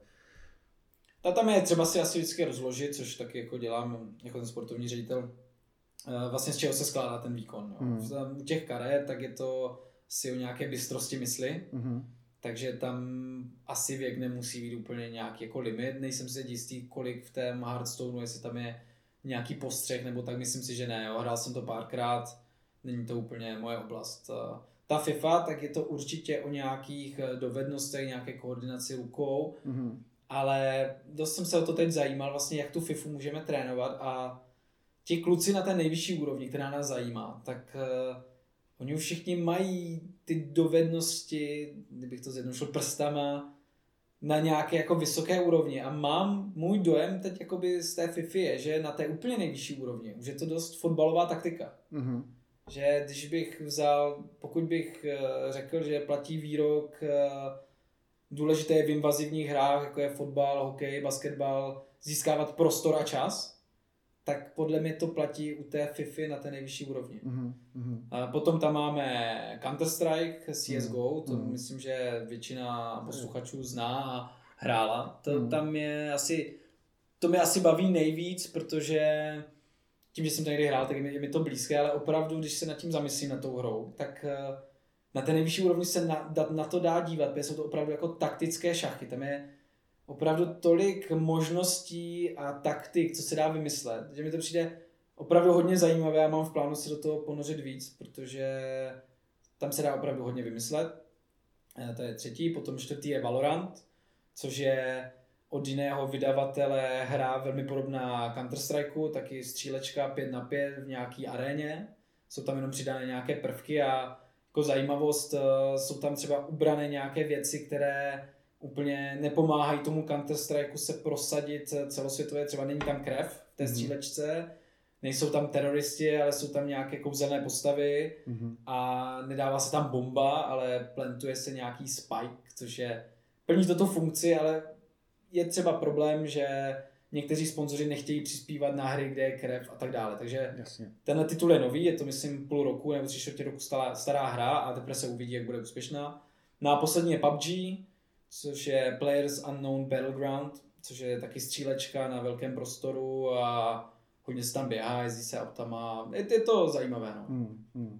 A tam je třeba si asi vždycky rozložit, což taky jako dělám jako ten sportovní ředitel, vlastně z čeho se skládá ten výkon. Hmm. U těch karet tak je to si o nějaké bystrosti mysli, hmm. takže tam asi věk nemusí být úplně nějaký jako limit. Nejsem si jistý, kolik v tém Hearthstoneu, jestli tam je nějaký postřeh, nebo tak myslím si, že ne. Jo. Hrál jsem to párkrát, není to úplně moje oblast. Ta FIFA, tak je to určitě o nějakých dovednostech, nějaké koordinaci rukou, hmm. ale dost jsem se o to teď zajímal, vlastně jak tu FIFU můžeme trénovat a ti kluci na té nejvyšší úrovni, která nás zajímá, tak uh, oni už všichni mají ty dovednosti, kdybych to zjednodušil prstama, na nějaké jako vysoké úrovni a mám, můj dojem teď jakoby z té FIFY je, že na té úplně nejvyšší úrovni už je to dost fotbalová taktika. Mm-hmm. Že když bych vzal, pokud bych uh, řekl, že platí výrok uh, důležité je v invazivních hrách, jako je fotbal, hokej, basketbal, získávat prostor a čas, tak podle mě to platí u té FIFY na té nejvyšší úrovni. Mm-hmm. A potom tam máme Counter-Strike, C S G O, to mm-hmm. myslím, že většina posluchačů zná a hrála. To, mm-hmm. tam je asi, to mě asi baví nejvíc, protože tím, že jsem tady hrál, tak je mi, je mi to blízké, ale opravdu, když se nad tím zamyslím na tou hrou, tak na té nejvyšší úrovni se na, na to dá dívat, protože jsou to opravdu jako taktické šachy. Tam je opravdu tolik možností a taktik, co se dá vymyslet, že mi to přijde opravdu hodně zajímavé. Já mám v plánu se do toho ponořit víc, protože tam se dá opravdu hodně vymyslet. To je třetí, potom čtvrtý je Valorant, což je od jiného vydavatele hra velmi podobná Counter-Strikeu, taky střílečka pět na pět v nějaký aréně. Jsou tam jenom přidané nějaké prvky a jako zajímavost jsou tam třeba ubrané nějaké věci, které úplně nepomáhají tomu Counter-Strikeu se prosadit celosvětově. Třeba není tam krev v té střílečce, nejsou tam teroristi, ale jsou tam nějaké kouzelné postavy mm-hmm. a nedává se tam bomba, ale plantuje se nějaký spike, což je, plní toto funkci, ale je třeba problém, že někteří sponzoři nechtějí přispívat na hry, kde je krev a tak dále. Takže Jasně. tenhle titul je nový, je to myslím půl roku nebo tři čtvrtě roku stará, stará hra a teprve se uvidí, jak bude úspěšná. No a poslední je P U B G, což je Players Unknown Battleground, což je taky střílečka na velkém prostoru a hodně se tam běhá, jezdí se autama. Je, je to zajímavé. No. Hmm, hmm.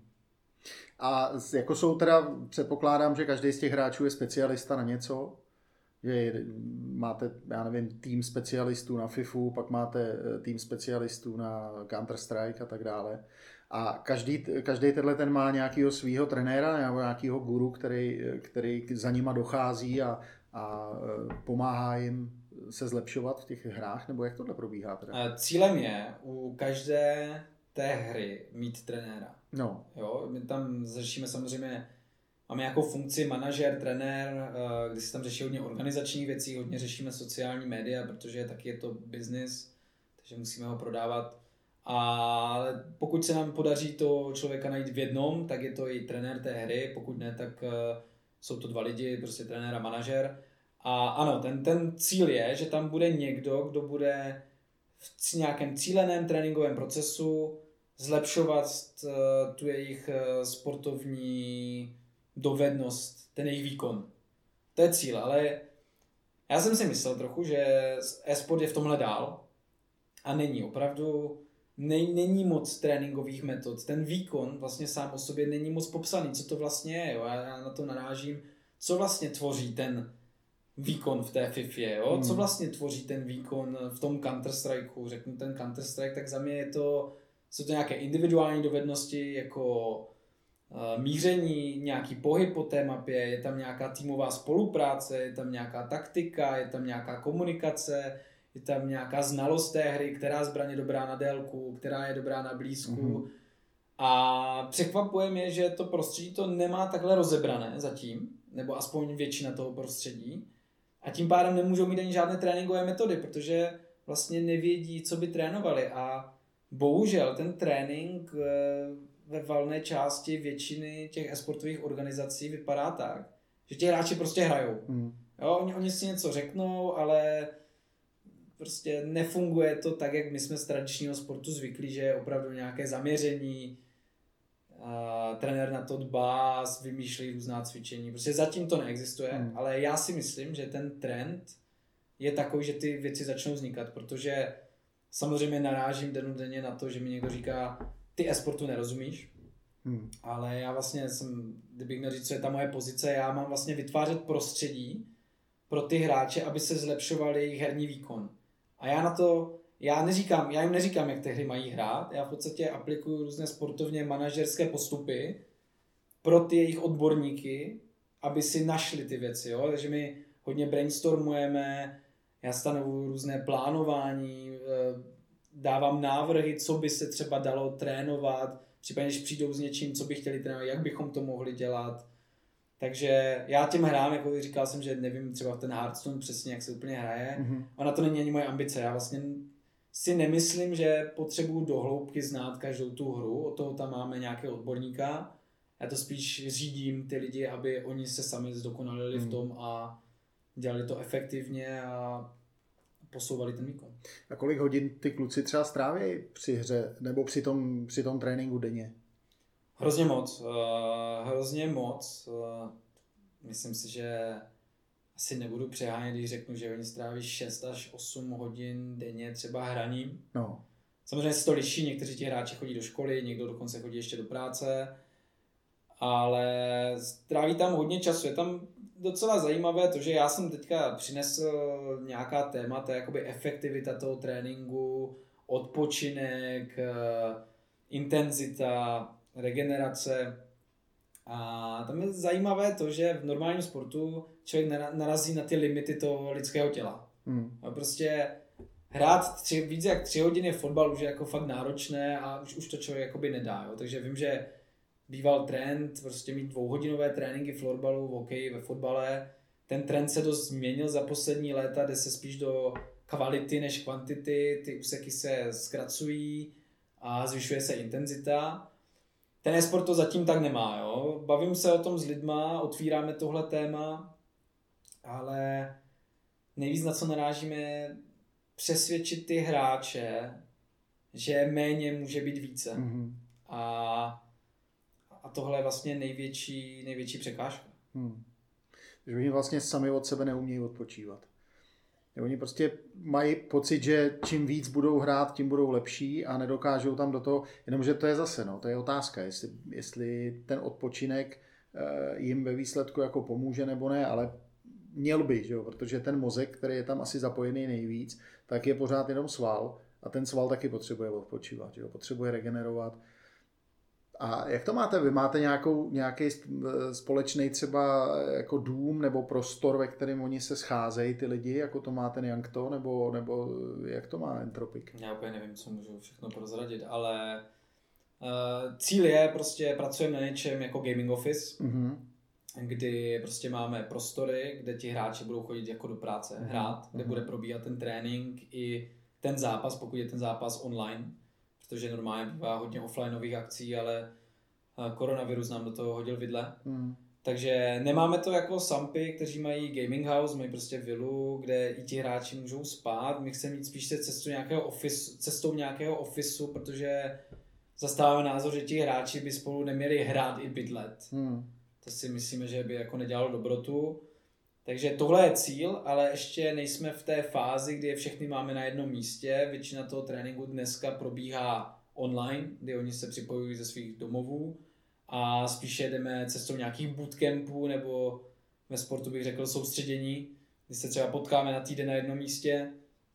A jako jsou teda, předpokládám, že každý z těch hráčů je specialista na něco, že máte, já nevím, tým specialistů na FIFU, pak máte tým specialistů na Counter-Strike a tak dále. A každý, každý tenhle ten má nějakého svého trenéra nebo nějakého guru, který, který za nima dochází a, a pomáhá jim se zlepšovat v těch hrách, nebo jak tohle probíhá teda? Cílem je u každé té hry mít trenéra. No. Jo, my tam řešíme samozřejmě, máme nějakou funkci manažer, trenér, kdy se tam řeší hodně organizačních věcí, hodně řešíme sociální média, protože taky je to business, takže musíme ho prodávat. A pokud se nám podaří to člověka najít v jednom, tak je to i trenér té hry, pokud ne, tak jsou to dva lidi, prostě trenér a manažer. A ano, ten, ten cíl je, že tam bude někdo, kdo bude v nějakém cíleném tréninkovém procesu zlepšovat tu jejich sportovní dovednost, ten jejich výkon. To je cíl, ale já jsem si myslel trochu, že e-sport je v tomhle dál a není opravdu, ne, není moc tréninkových metod. Ten výkon vlastně sám o sobě není moc popsaný, co to vlastně je. Jo? Já na to narážím, co vlastně tvoří ten výkon v té fifě, jo? Co vlastně tvoří ten výkon v tom Counter-Strikeu. Řeknu ten Counter-Strike, tak za mě je to, jsou to nějaké individuální dovednosti, jako uh, míření, nějaký pohyb po té mapě, je tam nějaká týmová spolupráce, je tam nějaká taktika, je tam nějaká komunikace, je tam nějaká znalost té hry, která zbraň je dobrá na délku, která je dobrá na blízku. Mm-hmm. A překvapuje mě, že to prostředí to nemá takhle rozebrané zatím, nebo aspoň většina toho prostředí. A tím pádem nemůžou mít ani žádné tréninkové metody, protože vlastně nevědí, co by trénovali. A bohužel ten trénink ve valné části většiny těch e-sportových organizací vypadá tak, že ti hráči prostě hrajou. Mm. Jo, oni, oni si něco řeknou, ale prostě nefunguje to tak, jak my jsme z tradičního sportu zvyklí, že je opravdu nějaké zaměření, a trenér na to dbá, vymýšlí různá cvičení. Prostě zatím to neexistuje, hmm. ale já si myslím, že ten trend je takový, že ty věci začnou vznikat, protože samozřejmě narážím dennodenně na to, že mi někdo říká, ty e-sportu nerozumíš, hmm. ale já vlastně jsem, kdybych měl říct, co je ta moje pozice, já mám vlastně vytvářet prostředí pro ty hráče, aby se zlepšoval jejich herní výkon. A já na to Já neříkám, já jim neříkám, jak ty hry mají hrát, já v podstatě aplikuju různé sportovně manažerské postupy pro ty jejich odborníky, aby si našli ty věci, jo? Takže my hodně brainstormujeme, já stanovuju různé plánování, dávám návrhy, co by se třeba dalo trénovat, případně když přijdou s něčím, co by chtěli trénovat, jak bychom to mohli dělat. Takže já těm hrám, jako říkal jsem, že nevím třeba v ten Hearthstone přesně, jak se úplně hraje, mm-hmm. a na to není ani moje ambice, já vlastně si nemyslím, že potřebuju do hloubky znát každou tu hru, od toho tam máme nějakého odborníka. Já to spíš řídím ty lidi, aby oni se sami zdokonalili hmm. v tom a dělali to efektivně a posouvali ten výkon. A kolik hodin ty kluci třeba stráví při hře nebo při tom, při tom tréninku denně? Hrozně moc. Uh, hrozně moc. Uh, myslím si, že asi nebudu přehánět, když řeknu, že oni stráví šest až osm hodin denně třeba hraním. No. Samozřejmě se to liší, někteří ti hráči chodí do školy, někdo dokonce chodí ještě do práce, ale tráví tam hodně času. Je tam docela zajímavé to, že já jsem teďka přinesl nějaká témata, jakoby efektivita toho tréninku, odpočinek, intenzita, regenerace. A tam je zajímavé to, že v normálním sportu člověk narazí na ty limity toho lidského těla. Hmm. A prostě hrát tři, víc jak tři hodiny fotbal už je jako fakt náročné a už, už to člověk jakoby nedá. Jo? Takže vím, že býval trend prostě mít dvouhodinové tréninky florbalu, v hokeji, ve fotbale. Ten trend se dost změnil za poslední léta, jde se spíš do kvality než kvantity, ty úseky se zkracují a zvyšuje se intenzita. Ten e-sport to zatím tak nemá, jo. Bavím se o tom s lidma, otvíráme tohle téma, ale nejvíc na co narážíme přesvědčit ty hráče, že méně může být více. Mm-hmm. A, a tohle je vlastně největší, největší překážka. Hmm. Že oni vlastně sami od sebe neumějí odpočívat. Oni prostě mají pocit, že čím víc budou hrát, tím budou lepší a nedokážou tam do toho, jenomže to je zase, no, to je otázka, jestli, jestli ten odpočinek e, jim ve výsledku jako pomůže nebo ne, ale měl by, že jo, protože ten mozek, který je tam asi zapojený nejvíc, tak je pořád jenom sval a ten sval taky potřebuje odpočívat, že jo, potřebuje regenerovat. A jak to máte? Vy máte nějakou, nějaký společný třeba jako dům nebo prostor, ve kterém oni se scházejí, ty lidi, jako to má ten Jankto, nebo, nebo jak to má Entropik? Já úplně nevím, co můžu všechno prozradit, ale uh, cíl je prostě pracujeme na něčem jako gaming office, mm-hmm. kdy prostě máme prostory, kde ti hráči budou chodit jako do práce, mm-hmm. hrát, kde mm-hmm. bude probíhat ten trénink i ten zápas, pokud je ten zápas online. Protože normálně bývá hodně offlineových akcí, ale koronavirus nám do toho hodil vidle. Hmm. Takže nemáme to jako Sampy, kteří mají gaming house, mají prostě vilu, kde i ti hráči můžou spát. My chceme jít spíš cestou nějakého office, cestou nějakého officeu, protože zastáváme názor, že ti hráči by spolu neměli hrát i bydlet. Hmm. To si myslíme, že by jako nedělalo dobrotu. Takže tohle je cíl, ale ještě nejsme v té fázi, kdy je všechny máme na jednom místě. Většina toho tréninku dneska probíhá online, kdy oni se připojují ze svých domovů a spíše jdeme cestou nějakých bootcampů nebo ve sportu bych řekl soustředění, kdy se třeba potkáme na týden na jednom místě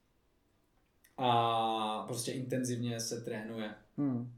a prostě intenzivně se trénuje. Hmm.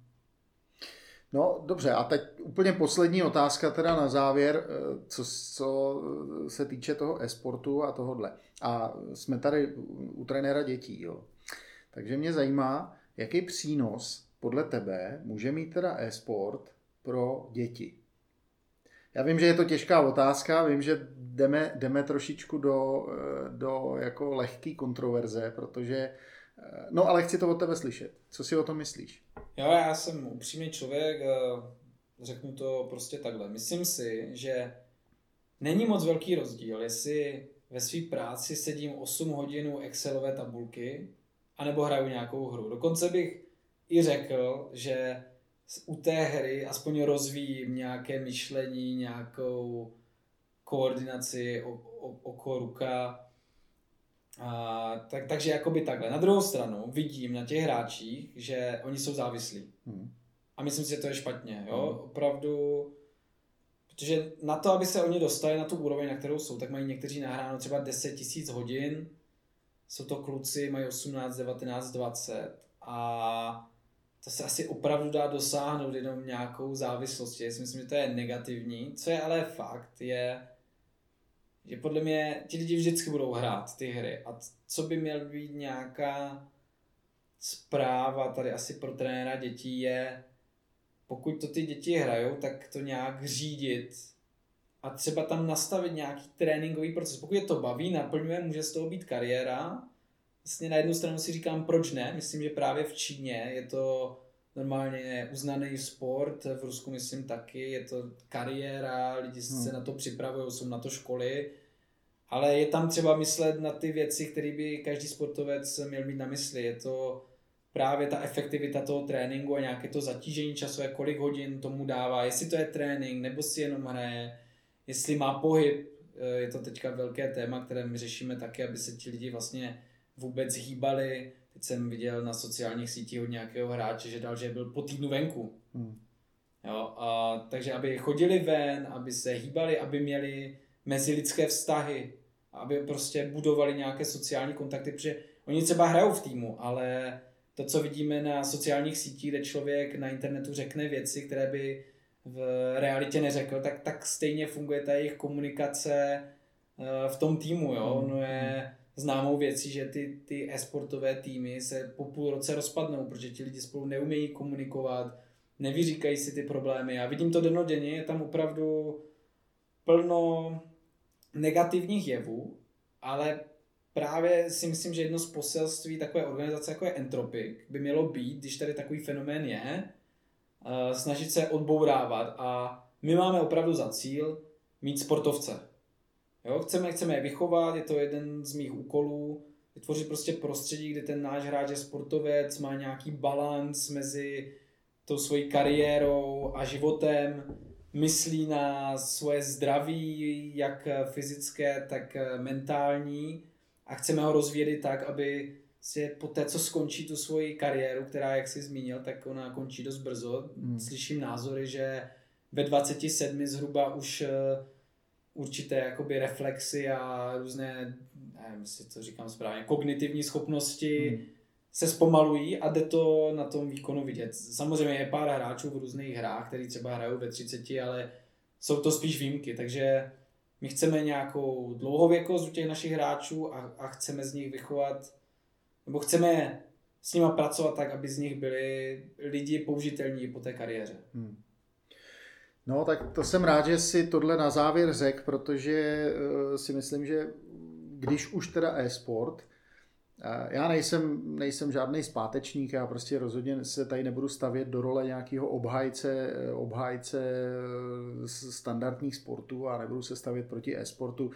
No dobře, a teď úplně poslední otázka teda na závěr, co, co se týče toho e-sportu a tohodle. A jsme tady u trenéra dětí, jo. Takže mě zajímá, jaký přínos podle tebe může mít teda e-sport pro děti. Já vím, že je to těžká otázka, vím, že jdeme, jdeme trošičku do, do jako lehký kontroverze, protože, no ale chci to od tebe slyšet. Co si o tom myslíš? Jo, já jsem upřímný člověk, řeknu to prostě takhle. Myslím si, že není moc velký rozdíl, jestli ve své práci sedím osm hodin Excelové tabulky, anebo hraju nějakou hru. Dokonce bych i řekl, že u té hry aspoň rozvíjím nějaké myšlení, nějakou koordinaci oko, ruka. A, tak, takže jakoby takhle. Na druhou stranu vidím na těch hráčích, že oni jsou závislí. Hmm. A myslím si, že to je špatně. Jo? Hmm. Opravdu, protože na to, aby se oni dostali na tu úroveň, na kterou jsou, tak mají někteří nahráno třeba deset tisíc hodin. Jsou to kluci, mají osmnáct, devatenáct, dvacet a to se asi opravdu dá dosáhnout jenom nějakou závislostí. Já si myslím, že to je negativní. Co je ale fakt, je, že podle mě ti lidi vždycky budou hrát ty hry. A co by měl být nějaká zpráva tady asi pro trenéra dětí je, pokud to ty děti hrajou, tak to nějak řídit a třeba tam nastavit nějaký tréninkový proces. Pokud je to baví, naplňuje, může z toho být kariéra. Vlastně na jednu stranu si říkám, proč ne? Myslím, že právě v Číně je to normálně uznaný sport, v Rusku myslím taky, je to kariéra, lidi se hmm. na to připravují, jsou na to školy, ale je tam třeba myslet na ty věci, které by každý sportovec měl mít na mysli. Je to právě ta efektivita toho tréninku a nějaké to zatížení časové, kolik hodin tomu dává, jestli to je trénink, nebo si jenom hraje, jestli má pohyb. Je to teďka velké téma, které my řešíme taky, aby se ti lidi vlastně vůbec hýbali. teď jsem viděl na sociálních sítích od nějakého hráče, že dal, že byl po týdnu venku. Hmm. Jo, a, takže aby chodili ven, aby se hýbali, aby měli mezilidské vztahy, aby prostě budovali nějaké sociální kontakty, protože oni třeba hrajou v týmu, ale to, co vidíme na sociálních sítích, kde člověk na internetu řekne věci, které by v realitě neřekl, tak, tak stejně funguje ta jejich komunikace v tom týmu. Jo? Ono je známou věcí, že ty, ty e-sportové týmy se po půl roce rozpadnou, protože ti lidi spolu neumějí komunikovat, nevyříkají si ty problémy. Já vidím to dennodenně, je tam opravdu plno negativních jevů, ale právě si myslím, že jedno z poselství takové organizace, jako je Entropic, by mělo být, když tady takový fenomén je, snažit se odbourávat a my máme opravdu za cíl mít sportovce. Jo? Chceme, chceme je vychovat, je to jeden z mých úkolů, vytvořit prostě prostředí, kde ten náš hráč je sportovec, má nějaký balans mezi tou svojí kariérou a životem, myslí na svoje zdraví, jak fyzické, tak mentální a chceme ho rozvíjet tak, aby si po té, co skončí tu svoji kariéru, která, jak jsi zmínil, tak ona končí dost brzo. Hmm. Slyším názory, že ve dvaceti sedmi zhruba už určité jakoby reflexy a různé, nevím, jestli to říkám správně, kognitivní schopnosti hmm. se zpomalují a jde to na tom výkonu vidět. Samozřejmě je pár hráčů v různých hrách, kteří třeba hrajou ve třiceti, ale jsou to spíš výjimky, takže my chceme nějakou dlouhověkost u těch našich hráčů a, a chceme z nich vychovat, nebo chceme s nima pracovat tak, aby z nich byli lidi použitelní po té kariéře. Hmm. No, tak to jsem rád, že si tohle na závěr řekl, protože uh, si myslím, že když už teda e-sport, já nejsem, nejsem žádný zpátečník, já prostě rozhodně se tady nebudu stavět do role nějakého obhájce, obhájce standardních sportů a nebudu se stavět proti e-sportu.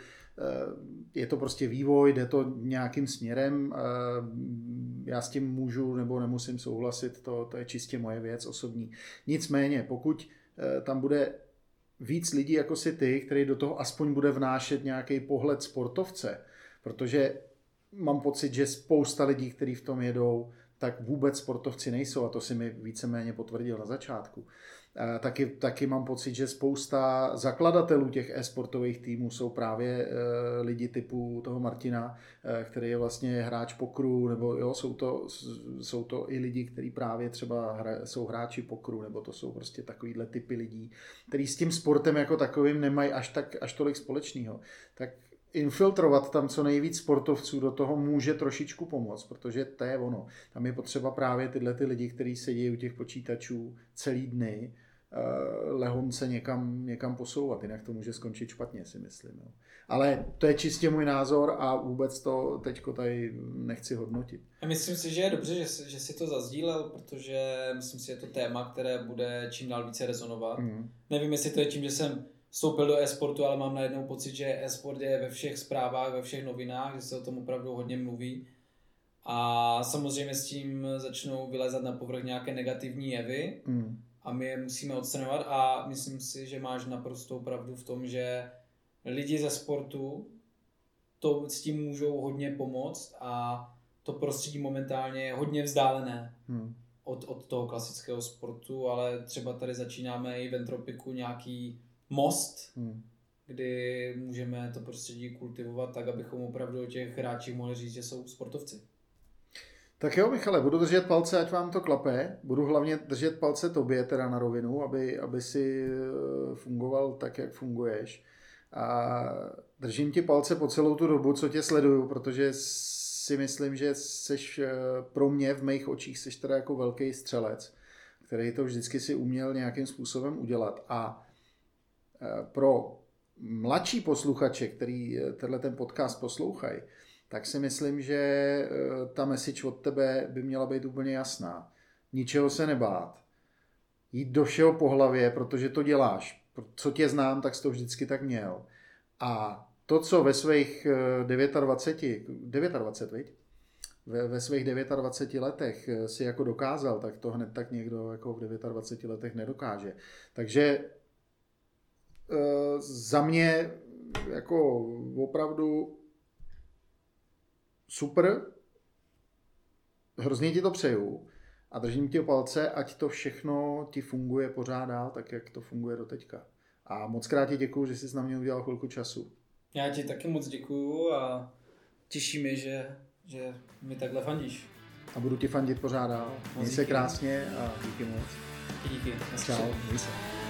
Je to prostě vývoj, jde to nějakým směrem, já s tím můžu nebo nemusím souhlasit, to, to je čistě moje věc osobní. Nicméně, pokud tam bude víc lidí jako si ty, který do toho aspoň bude vnášet nějaký pohled sportovce, protože mám pocit, že spousta lidí, kteří v tom jedou, tak vůbec sportovci nejsou a to si mi víceméně potvrdil na začátku. Taky, taky mám pocit, že spousta zakladatelů těch e-sportových týmů jsou právě lidi typu toho Martina, který je vlastně hráč pokru, nebo jo, jsou to, jsou to i lidi, kteří právě třeba hra, jsou hráči pokru, nebo to jsou prostě takovýhle typy lidí, kteří s tím sportem jako takovým nemají až, tak, až tolik společného. Tak infiltrovat tam co nejvíc sportovců do toho může trošičku pomoct, protože to je ono. Tam je potřeba právě tyhle ty lidi, kteří sedí u těch počítačů celý dny, lehonce někam, někam posouvat, jinak to může skončit špatně, si myslím. Jo. Ale to je čistě můj názor a vůbec to teďko tady nechci hodnotit. A myslím si, že je dobře, že, že si to zazdílel, protože myslím si, že je to téma, které bude čím dál více rezonovat. Mm. Nevím, jestli to je tím, že jsem vstoupil do e-sportu, ale mám najednou pocit, že e-sport je ve všech zprávách, ve všech novinách, že se o tom opravdu hodně mluví. A samozřejmě s tím začnou vylezat na povrch nějaké negativní jevy mm. a my je musíme odstraňovat a myslím si, že máš naprostou pravdu v tom, že lidi ze sportu to s tím můžou hodně pomoct a to prostředí momentálně je hodně vzdálené mm. od, od toho klasického sportu, ale třeba tady začínáme i v Entropiku nějaký most, hmm. kdy můžeme to prostředí kultivovat tak, abychom opravdu o těch hráčích mohli říct, že jsou sportovci. Tak jo, Michale, budu držet palce, ať vám to klape. Budu hlavně držet palce tobě, teda na rovinu, aby, aby si fungoval tak, jak funguješ. A držím ti palce po celou tu dobu, co tě sleduju, protože si myslím, že seš pro mě v mých očích seš teda jako velký střelec, který to vždycky si uměl nějakým způsobem udělat. A pro mladší posluchače, který tenhle ten podcast poslouchají, tak si myslím, že ta message od tebe by měla být úplně jasná. Ničeho se nebát. Jít do všeho po hlavě, protože to děláš. Co tě znám, tak jsi to vždycky tak měl. A to, co ve svých dvaceti devěti, dvaceti devět, viď? Ve, ve svých dvaceti devíti letech si jako dokázal, tak to hned tak někdo jako v dvaceti devíti letech nedokáže. Takže za mě jako opravdu super, hrozně ti to přeju a držím ti palce, ať to všechno ti funguje pořád dál, tak jak to funguje do teďka. A moc krát ti děkuju, že jsi na mě udělal chvilku času. Já ti taky moc děkuju a těší mě, že, že mi takhle fandíš. A budu ti fandit pořád dál. Měj se krásně a díky moc. Díky. Čau.